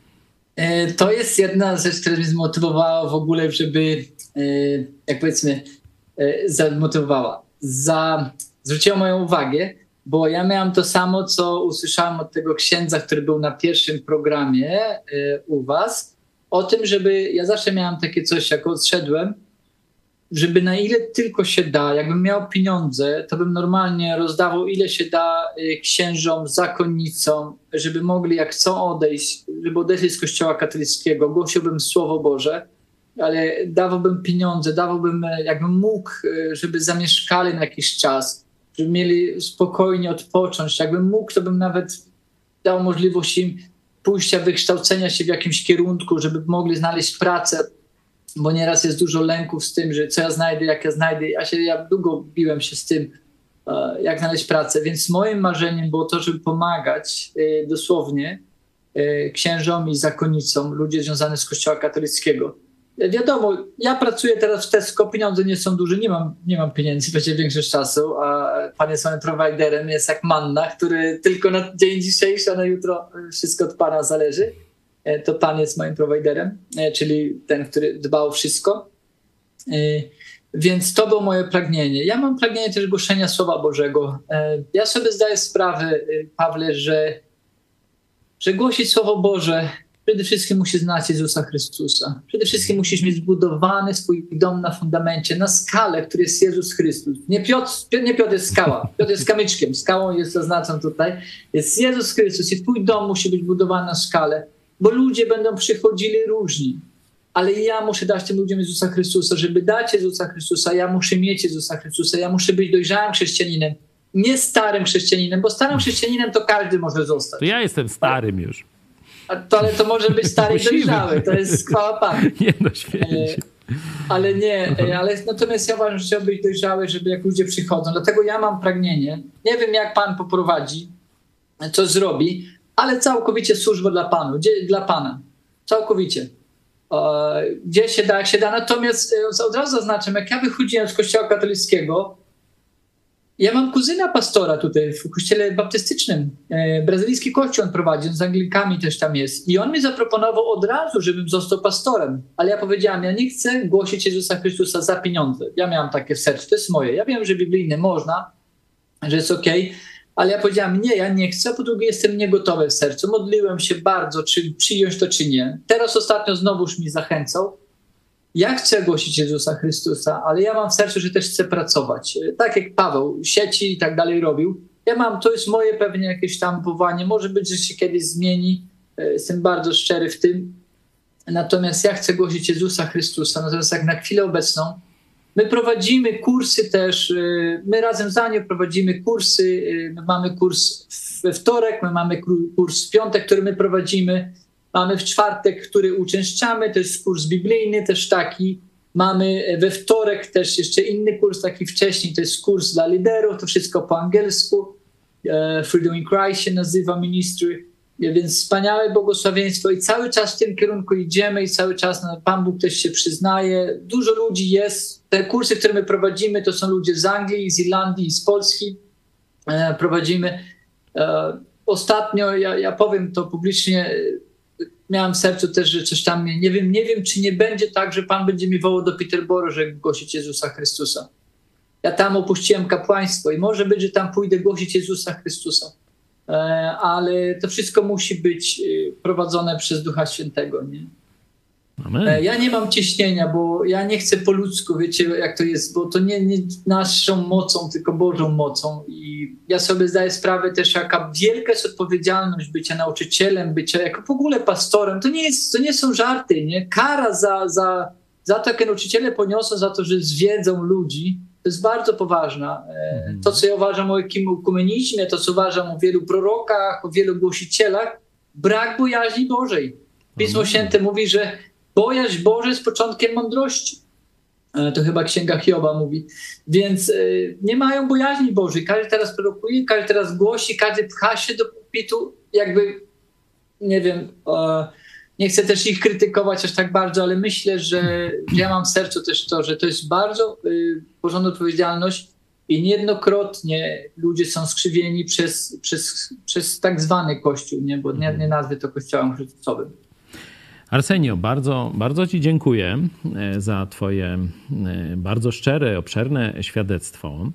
To jest jedna rzecz, która mnie zmotywowała w ogóle, żeby, jak powiedzmy, zamotywowała. Za, zwróciła moją uwagę, bo ja miałem to samo, co usłyszałem od tego księdza, który był na pierwszym programie u was, o tym, żeby, ja zawsze miałem takie coś, jak odszedłem, żeby na ile tylko się da, jakbym miał pieniądze, to bym normalnie rozdawał ile się da księżom, zakonnicom, żeby mogli jak chcą odejść, żeby odeszli z kościoła katolickiego, głosiłbym Słowo Boże, ale dawałbym pieniądze, dawałbym, jakbym mógł, żeby zamieszkali na jakiś czas, żeby mieli spokojnie odpocząć, jakbym mógł, to bym nawet dał możliwość im pójścia, wykształcenia się w jakimś kierunku, żeby mogli znaleźć pracę, bo nieraz jest dużo lęków z tym, że co ja znajdę, jak ja znajdę. Ja, się, ja długo biłem się z tym, jak znaleźć pracę. Więc moim marzeniem było to, żeby pomagać dosłownie księżom i zakonnicom, ludzie związani z Kościoła katolickiego. Wiadomo, ja pracuję teraz w Tesco, pieniądze nie są duże, nie mam, nie mam pieniędzy, będzie większość czasu, a Pan jest moim prowajderem, jest jak manna, który tylko na dzień dzisiejszy, a na jutro wszystko od Pana zależy. To Pan jest moim prowajderem, czyli ten, który dba o wszystko. Więc to było moje pragnienie. Ja mam pragnienie też głoszenia Słowa Bożego. Ja sobie zdaję sprawę, Pawle, że, że głosić Słowo Boże przede wszystkim musi znać Jezusa Chrystusa. Przede wszystkim musisz mieć zbudowany swój dom na fundamencie, na skale, który jest Jezus Chrystus. Nie Piotr, nie Piotr jest skała, Piotr jest kamyczkiem, skałą jest zaznaczam tutaj. Jest Jezus Chrystus i twój dom musi być budowany na skale, bo ludzie będą przychodzili różni. Ale ja muszę dać tym ludziom Jezusa Chrystusa. Żeby dać Jezusa Chrystusa, ja muszę mieć Jezusa Chrystusa. Ja muszę być dojrzałym chrześcijaninem, nie starym chrześcijaninem, bo starym chrześcijaninem to każdy może zostać. To ja jestem starym już. A to, ale to może być stary i dojrzały. To jest chwała Panu. Nie no, świetnie. Ale nie, ale natomiast ja uważam, że trzeba być dojrzały, żeby jak ludzie przychodzą. Dlatego ja mam pragnienie. Nie wiem, jak Pan poprowadzi, co zrobi, ale całkowicie służba dla Panu, dla Pana. Całkowicie. Gdzie się da, jak się da. Natomiast od razu zaznaczam, jak ja wychodziłem z kościoła katolickiego, ja mam kuzyna pastora tutaj w kościele baptystycznym. Brazylijski kościół on prowadzi, on z Anglikami też tam jest. I on mi zaproponował od razu, żebym został pastorem. Ale ja powiedziałam, ja nie chcę głosić Jezusa Chrystusa za pieniądze. Ja miałam takie w sercu, to jest moje. Ja wiem, że biblijne można, że jest okej, okay, ale ja powiedziałam, nie, ja nie chcę, a po drugie jestem niegotowy w sercu. Modliłem się bardzo, czy przyjąć to, czy nie. Teraz ostatnio znowuż mi zachęcał. Ja chcę głosić Jezusa Chrystusa, ale ja mam w sercu, że też chcę pracować. Tak jak Paweł, sieci i tak dalej robił. Ja mam, to jest moje pewnie jakieś tam powołanie. Może być, że się kiedyś zmieni. Jestem bardzo szczery w tym. Natomiast ja chcę głosić Jezusa Chrystusa. Natomiast jak na chwilę obecną my prowadzimy kursy też, my razem z Anią prowadzimy kursy. My mamy kurs we wtorek, my mamy kurs w piątek, który my prowadzimy. Mamy w czwartek, który uczęszczamy, to jest kurs biblijny też taki. Mamy we wtorek też jeszcze inny kurs, taki wcześniej, to jest kurs dla liderów, to wszystko po angielsku. Freedom in Christ się nazywa ministry, więc wspaniałe błogosławieństwo i cały czas w tym kierunku idziemy i cały czas Pan Bóg też się przyznaje. Dużo ludzi jest. Te kursy, które my prowadzimy, to są ludzie z Anglii, z Irlandii i z Polski. Prowadzimy. Ostatnio, ja, ja powiem to publicznie, miałem w sercu też, że coś tam, nie wiem, nie wiem, czy nie będzie tak, że Pan będzie mi wołał do Peterborough, że głosić Jezusa Chrystusa. Ja tam opuściłem kapłaństwo i może być, że tam pójdę głosić Jezusa Chrystusa. Ale to wszystko musi być prowadzone przez Ducha Świętego, nie? Amen. Ja nie mam ciśnienia, bo ja nie chcę po ludzku, wiecie jak to jest, bo to nie, nie naszą mocą, tylko Bożą mocą. I ja sobie zdaję sprawę też, jaka wielka jest odpowiedzialność bycia nauczycielem, bycia jako w ogóle pastorem. To nie, jest, to nie są żarty, nie? Kara za, za, za to, jakie nauczyciele poniosą, za to, że zwiedzą ludzi, to jest bardzo poważna. Mm. To, co ja uważam o ekumenizmie, to, co uważam o wielu prorokach, o wielu głosicielach, brak bojaźni Bożej. Pismo mm. Święte mówi, że bojaźń Boża jest początkiem mądrości. To chyba Księga Hioba mówi. Więc y, nie mają bojaźni Bożej. Każdy teraz prorokuje, każdy teraz głosi, każdy pcha się do pulpitu. Jakby, nie wiem, e, nie chcę też ich krytykować aż tak bardzo, ale myślę, że, że ja mam w sercu też to, że to jest bardzo y, porządna odpowiedzialność i niejednokrotnie ludzie są skrzywieni przez, przez, przez tak zwany Kościół, nie? Bo nie, nie nazwę to Kościołem Chrystusowym. Arsenio, bardzo, bardzo Ci dziękuję za Twoje bardzo szczere, obszerne świadectwo.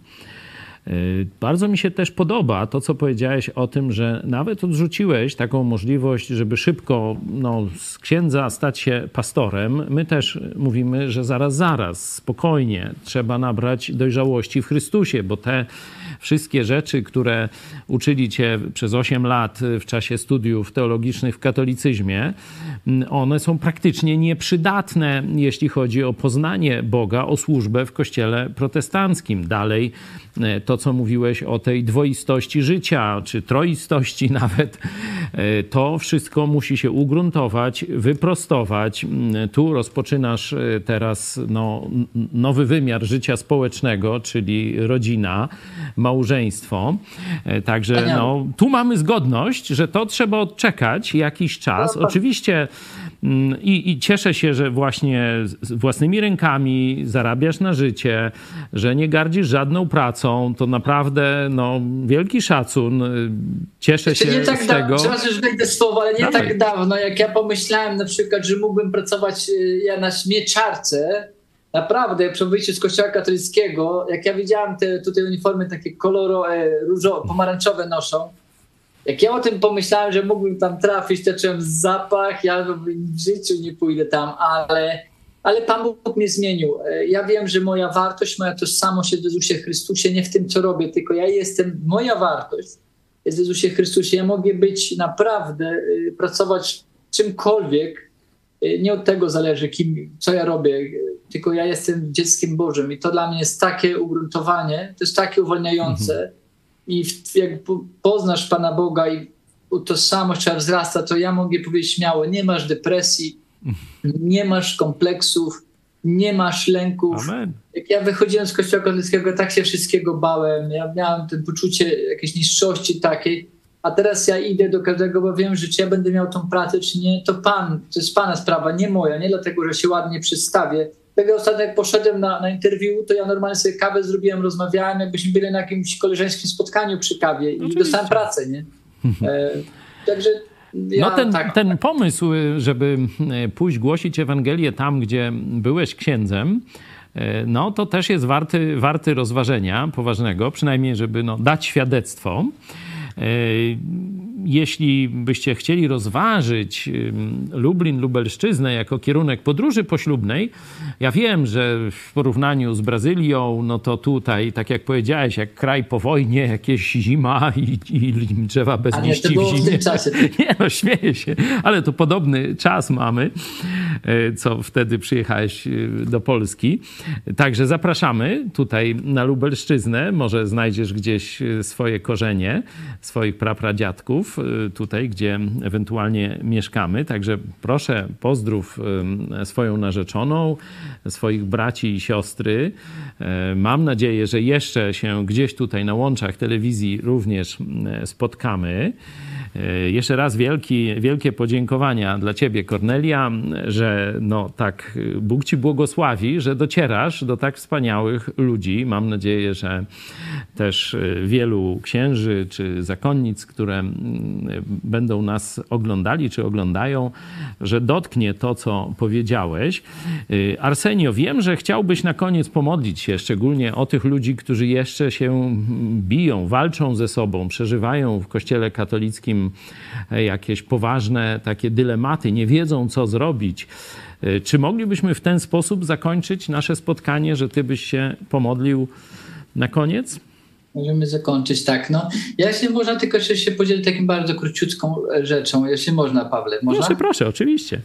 Bardzo mi się też podoba to, co powiedziałeś o tym, że nawet odrzuciłeś taką możliwość, żeby szybko no, z księdza stać się pastorem. My też mówimy, że zaraz, zaraz, spokojnie trzeba nabrać dojrzałości w Chrystusie, bo te wszystkie rzeczy, które uczyli cię przez osiem lat w czasie studiów teologicznych w katolicyzmie, one są praktycznie nieprzydatne, jeśli chodzi o poznanie Boga, o służbę w kościele protestanckim. Dalej to, co mówiłeś o tej dwoistości życia, czy troistości nawet, to wszystko musi się ugruntować, wyprostować. Tu rozpoczynasz teraz no, nowy wymiar życia społecznego, czyli rodzina, małżeństwo. Także no, tu mamy zgodność, że to trzeba odczekać jakiś czas. Oczywiście i, i cieszę się, że właśnie własnymi rękami zarabiasz na życie, że nie gardzisz żadną pracą. To naprawdę no, wielki szacun. Cieszę Jeszcze się nie tak z da- tego. Przepraszam, że wejdę słowo, ale nie Dawaj. tak dawno, jak ja pomyślałem na przykład, że mógłbym pracować ja na śmieciarce, naprawdę przy wyjściu z kościoła katolickiego, jak ja widziałem te tutaj uniformy takie koloro, e, różo, pomarańczowe noszą, jak ja o tym pomyślałem, że mógłbym tam trafić, to czułem zapach, ja w życiu nie pójdę tam, ale, ale Pan Bóg mnie zmienił. Ja wiem, że moja wartość, moja tożsamość jest w Jezusie Chrystusie, nie w tym, co robię, tylko ja jestem, moja wartość jest w Jezusie Chrystusie. Ja mogę być naprawdę, pracować czymkolwiek, nie od tego zależy, kim, co ja robię, tylko ja jestem dzieckiem Bożym i to dla mnie jest takie ugruntowanie, to jest takie uwalniające. Mhm. I jak poznasz Pana Boga i tożsamość trzeba wzrasta, to ja mogę powiedzieć śmiało, nie masz depresji, nie masz kompleksów, nie masz lęków. Amen. Jak ja wychodziłem z kościoła katolickiego, tak się wszystkiego bałem. Ja miałem to poczucie jakiejś niższości takiej, a teraz ja idę do każdego, bo wiem, że czy ja będę miał tą pracę, czy nie, to Pan, to jest Pana sprawa, nie moja, nie dlatego, że się ładnie przedstawię. Tego ostatnio jak poszedłem na, na interwiu, to ja normalnie sobie kawę zrobiłem, rozmawiałem, jakbyśmy byli na jakimś koleżeńskim spotkaniu przy kawie i oczywiście dostałem pracę, nie? E, także ja, no ten, tak, ten tak. pomysł, żeby pójść głosić Ewangelię tam, gdzie byłeś księdzem, no to też jest warty, warty rozważenia poważnego, przynajmniej żeby no, dać świadectwo. Jeśli byście chcieli rozważyć Lublin, Lubelszczyznę jako kierunek podróży poślubnej, ja wiem, że w porównaniu z Brazylią, no to tutaj, tak jak powiedziałeś, jak kraj po wojnie, jakieś zima i, i drzewa bez A nie, liści to było w zimie. w tym czasie. Nie, no śmieję się, ale to podobny czas mamy, co wtedy przyjechałeś do Polski. Także zapraszamy tutaj na Lubelszczyznę. Może znajdziesz gdzieś swoje korzenie, swoich prapradziadków tutaj, gdzie ewentualnie mieszkamy. Także proszę, pozdrów swoją narzeczoną, swoich braci i siostry. Mam nadzieję, że jeszcze się gdzieś tutaj na łączach telewizji również spotkamy. Jeszcze raz wielki, wielkie podziękowania dla ciebie, Kornelia, że no tak Bóg ci błogosławi, że docierasz do tak wspaniałych ludzi. Mam nadzieję, że też wielu księży czy zakonnic, które będą nas oglądali czy oglądają, że dotknie to, co powiedziałeś. Arsenio, wiem, że chciałbyś na koniec pomodlić się szczególnie o tych ludzi, którzy jeszcze się biją, walczą ze sobą, przeżywają w Kościele katolickim jakieś poważne takie dylematy, nie wiedzą, co zrobić. Czy moglibyśmy w ten sposób zakończyć nasze spotkanie, że ty byś się pomodlił na koniec? Możemy zakończyć, tak. No, ja jeśli można, tylko jeszcze się podzielić takim bardzo króciutką rzeczą, jeśli można, Pawle. Można? Proszę, proszę, oczywiście.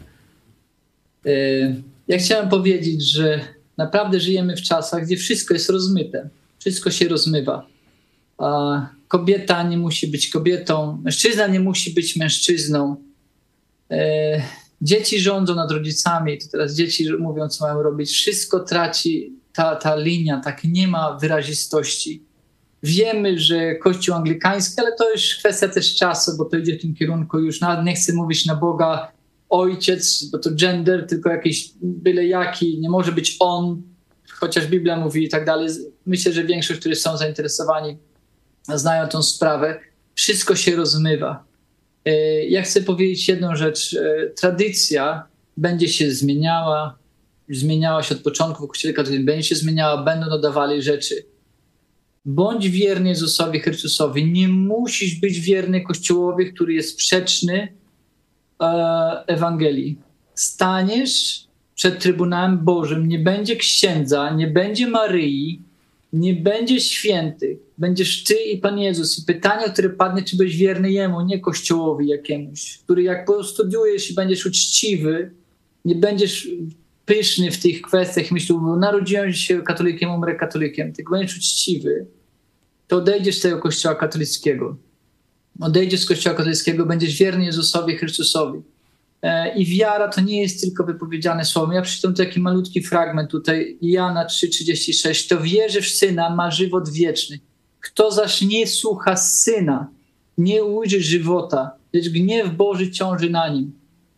Ja chciałem powiedzieć, że naprawdę żyjemy w czasach, gdzie wszystko jest rozmyte. Wszystko się rozmywa. A kobieta nie musi być kobietą, mężczyzna nie musi być mężczyzną. E, dzieci rządzą nad rodzicami, to teraz dzieci mówią, co mają robić. Wszystko traci ta, ta linia, tak nie ma wyrazistości. Wiemy, że Kościół anglikański, ale to już kwestia też czasu, bo to idzie w tym kierunku już. Nawet nie chcę mówić na Boga ojciec, bo to gender, tylko jakiś byle jaki, nie może być on, chociaż Biblia mówi i tak dalej. Myślę, że większość, którzy są zainteresowani, znają tą sprawę. Wszystko się rozmywa. Ja chcę powiedzieć jedną rzecz. Tradycja będzie się zmieniała, zmieniała się od początku w Kościele katolickim, będzie się zmieniała, będą dodawali rzeczy. Bądź wierny Jezusowi Chrystusowi. Nie musisz być wierny Kościołowi, który jest sprzeczny e, Ewangelii. Staniesz przed Trybunałem Bożym, nie będzie księdza, nie będzie Maryi, nie będzie świętych. Będziesz ty i Pan Jezus. I pytanie, które padnie, czy byłeś wierny Jemu, nie Kościołowi jakiemuś, który jak postudiujesz i będziesz uczciwy, nie będziesz pyszny w tych kwestiach, myślił, bo narodziłem się katolikiem, umrę katolikiem, tylko będziesz uczciwy, to odejdziesz z tego Kościoła katolickiego. Odejdziesz z Kościoła katolickiego, będziesz wierny Jezusowi Chrystusowi. I wiara to nie jest tylko wypowiedziane słowo. Ja przeczytam taki malutki fragment tutaj, Jana trzy trzydzieści sześć. To wierzy w Syna, ma żywot wieczny. Kto zaś nie słucha Syna, nie ujrzy żywota, lecz gniew Boży ciąży na nim.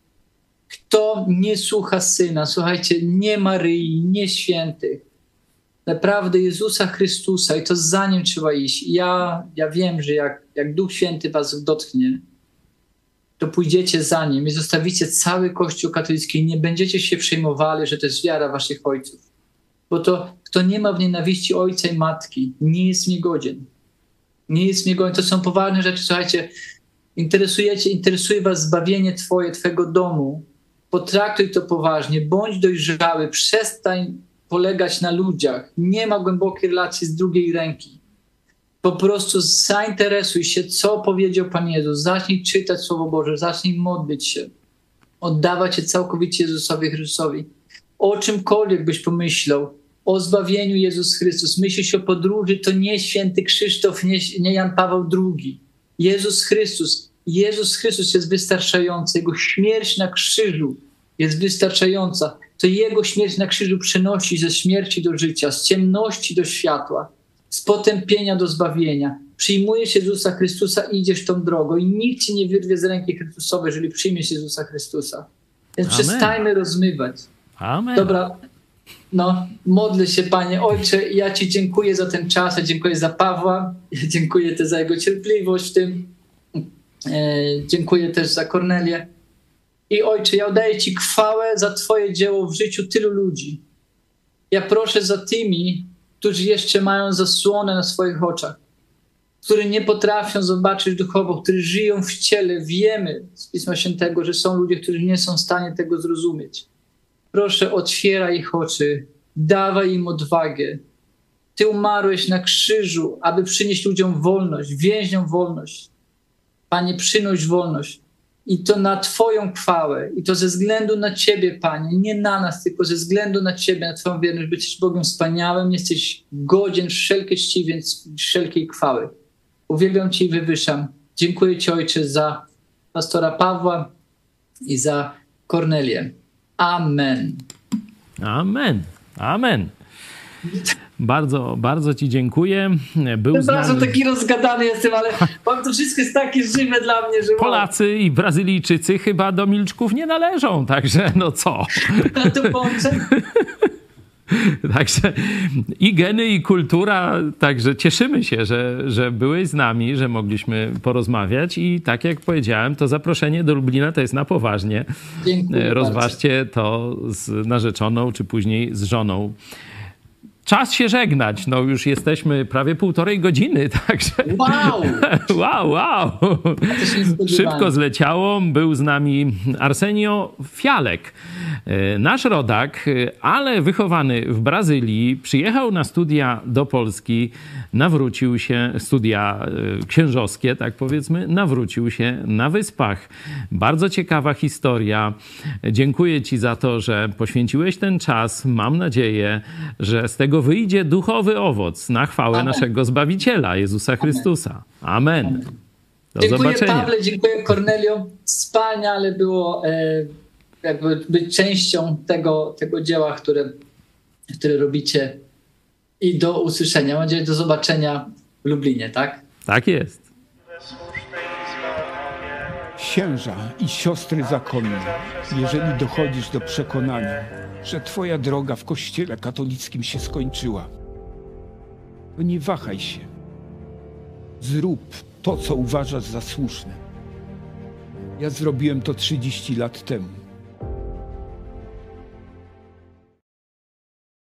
Kto nie słucha Syna, słuchajcie, nie Maryi, nie świętych, naprawdę Jezusa Chrystusa i to za Nim trzeba iść. Ja, ja wiem, że jak, jak Duch Święty was dotknie, to pójdziecie za Nim i zostawicie cały Kościół katolicki i nie będziecie się przejmowali, że to jest wiara waszych ojców. bo to, kto nie ma w nienawiści ojca i matki, nie jest mnie godzien. Nie jest mnie godzien. To są poważne rzeczy. Słuchajcie, interesujecie, interesuje was zbawienie twoje, twojego domu. Potraktuj to poważnie, bądź dojrzały, przestań polegać na ludziach. Nie ma głębokiej relacji z drugiej ręki. Po prostu zainteresuj się, co powiedział Pan Jezus. Zacznij czytać Słowo Boże, zacznij modlić się. Oddawać się całkowicie Jezusowi Chrystusowi. O czymkolwiek byś pomyślał, o zbawieniu Jezus Chrystus, myślisz o podróży, to nie święty Krzysztof, nie, nie Jan Paweł drugi. Jezus Chrystus. Jezus Chrystus jest wystarczający. Jego śmierć na krzyżu jest wystarczająca. To Jego śmierć na krzyżu przenosi ze śmierci do życia, z ciemności do światła, z potępienia do zbawienia. Przyjmujesz Jezusa Chrystusa i idziesz tą drogą i nikt ci nie wyrwie z ręki Chrystusowej, jeżeli przyjmiesz Jezusa Chrystusa. Więc Amen. Przestańmy rozmywać. Amen. Dobra, no modlę się, Panie Ojcze, ja Ci dziękuję za ten czas, ja dziękuję za Pawła, ja dziękuję też za jego cierpliwość w tym, e, dziękuję też za Kornelię. I Ojcze, ja oddaję Ci chwałę za Twoje dzieło w życiu tylu ludzi. Ja proszę za tymi, którzy jeszcze mają zasłonę na swoich oczach, którzy nie potrafią zobaczyć duchowo, którzy żyją w ciele. Wiemy z Pisma Świętego, że są ludzie, którzy nie są w stanie tego zrozumieć. Proszę, otwieraj ich oczy, dawaj im odwagę. Ty umarłeś na krzyżu, aby przynieść ludziom wolność, więźniom wolność. Panie, przynoś wolność. I to na Twoją chwałę. I to ze względu na Ciebie, Panie. Nie na nas, tylko ze względu na Ciebie, na Twoją wierność. Bo jesteś Bogiem wspaniałym, jesteś godzien wszelkiej czci, więc wszelkiej chwały. Uwielbiam Cię i wywyższam. Dziękuję Ci, Ojcze, za pastora Pawła i za Kornelię. Amen. Amen. Amen. Bardzo, bardzo Ci dziękuję. Był z nami... Bardzo taki rozgadany jestem, ale to wszystko jest takie żywe dla mnie, że... Polacy i Brazylijczycy chyba do milczków nie należą, także no co? Na to połączę. Także i geny, i kultura, także cieszymy się, że, że byłeś z nami, że mogliśmy porozmawiać i tak jak powiedziałem, to zaproszenie do Lublina to jest na poważnie. Dziękuję Rozważcie bardzo. To z narzeczoną, czy później z żoną. Czas się żegnać. No już jesteśmy prawie półtorej godziny, także... Wow! wow, wow! Szybko zleciało. Był z nami Arsenio Fialek. Nasz rodak, ale wychowany w Brazylii, przyjechał na studia do Polski, nawrócił się, studia księżowskie, tak powiedzmy, nawrócił się na Wyspach. Bardzo ciekawa historia. Dziękuję Ci za to, że poświęciłeś ten czas. Mam nadzieję, że z tego wyjdzie duchowy owoc na chwałę Amen. Naszego Zbawiciela, Jezusa Chrystusa. Amen. Amen. Do dziękuję zobaczenia. Pawle, dziękuję Kornelio. Wspaniale było e, jakby być częścią tego, tego dzieła, które, które robicie. I do usłyszenia. Mam nadzieję, do zobaczenia w Lublinie, tak? Tak jest. Księża i siostry zakonne, jeżeli dochodzisz do przekonania, że twoja droga w Kościele katolickim się skończyła, to nie wahaj się. Zrób to, co uważasz za słuszne. Ja zrobiłem to trzydzieści lat temu.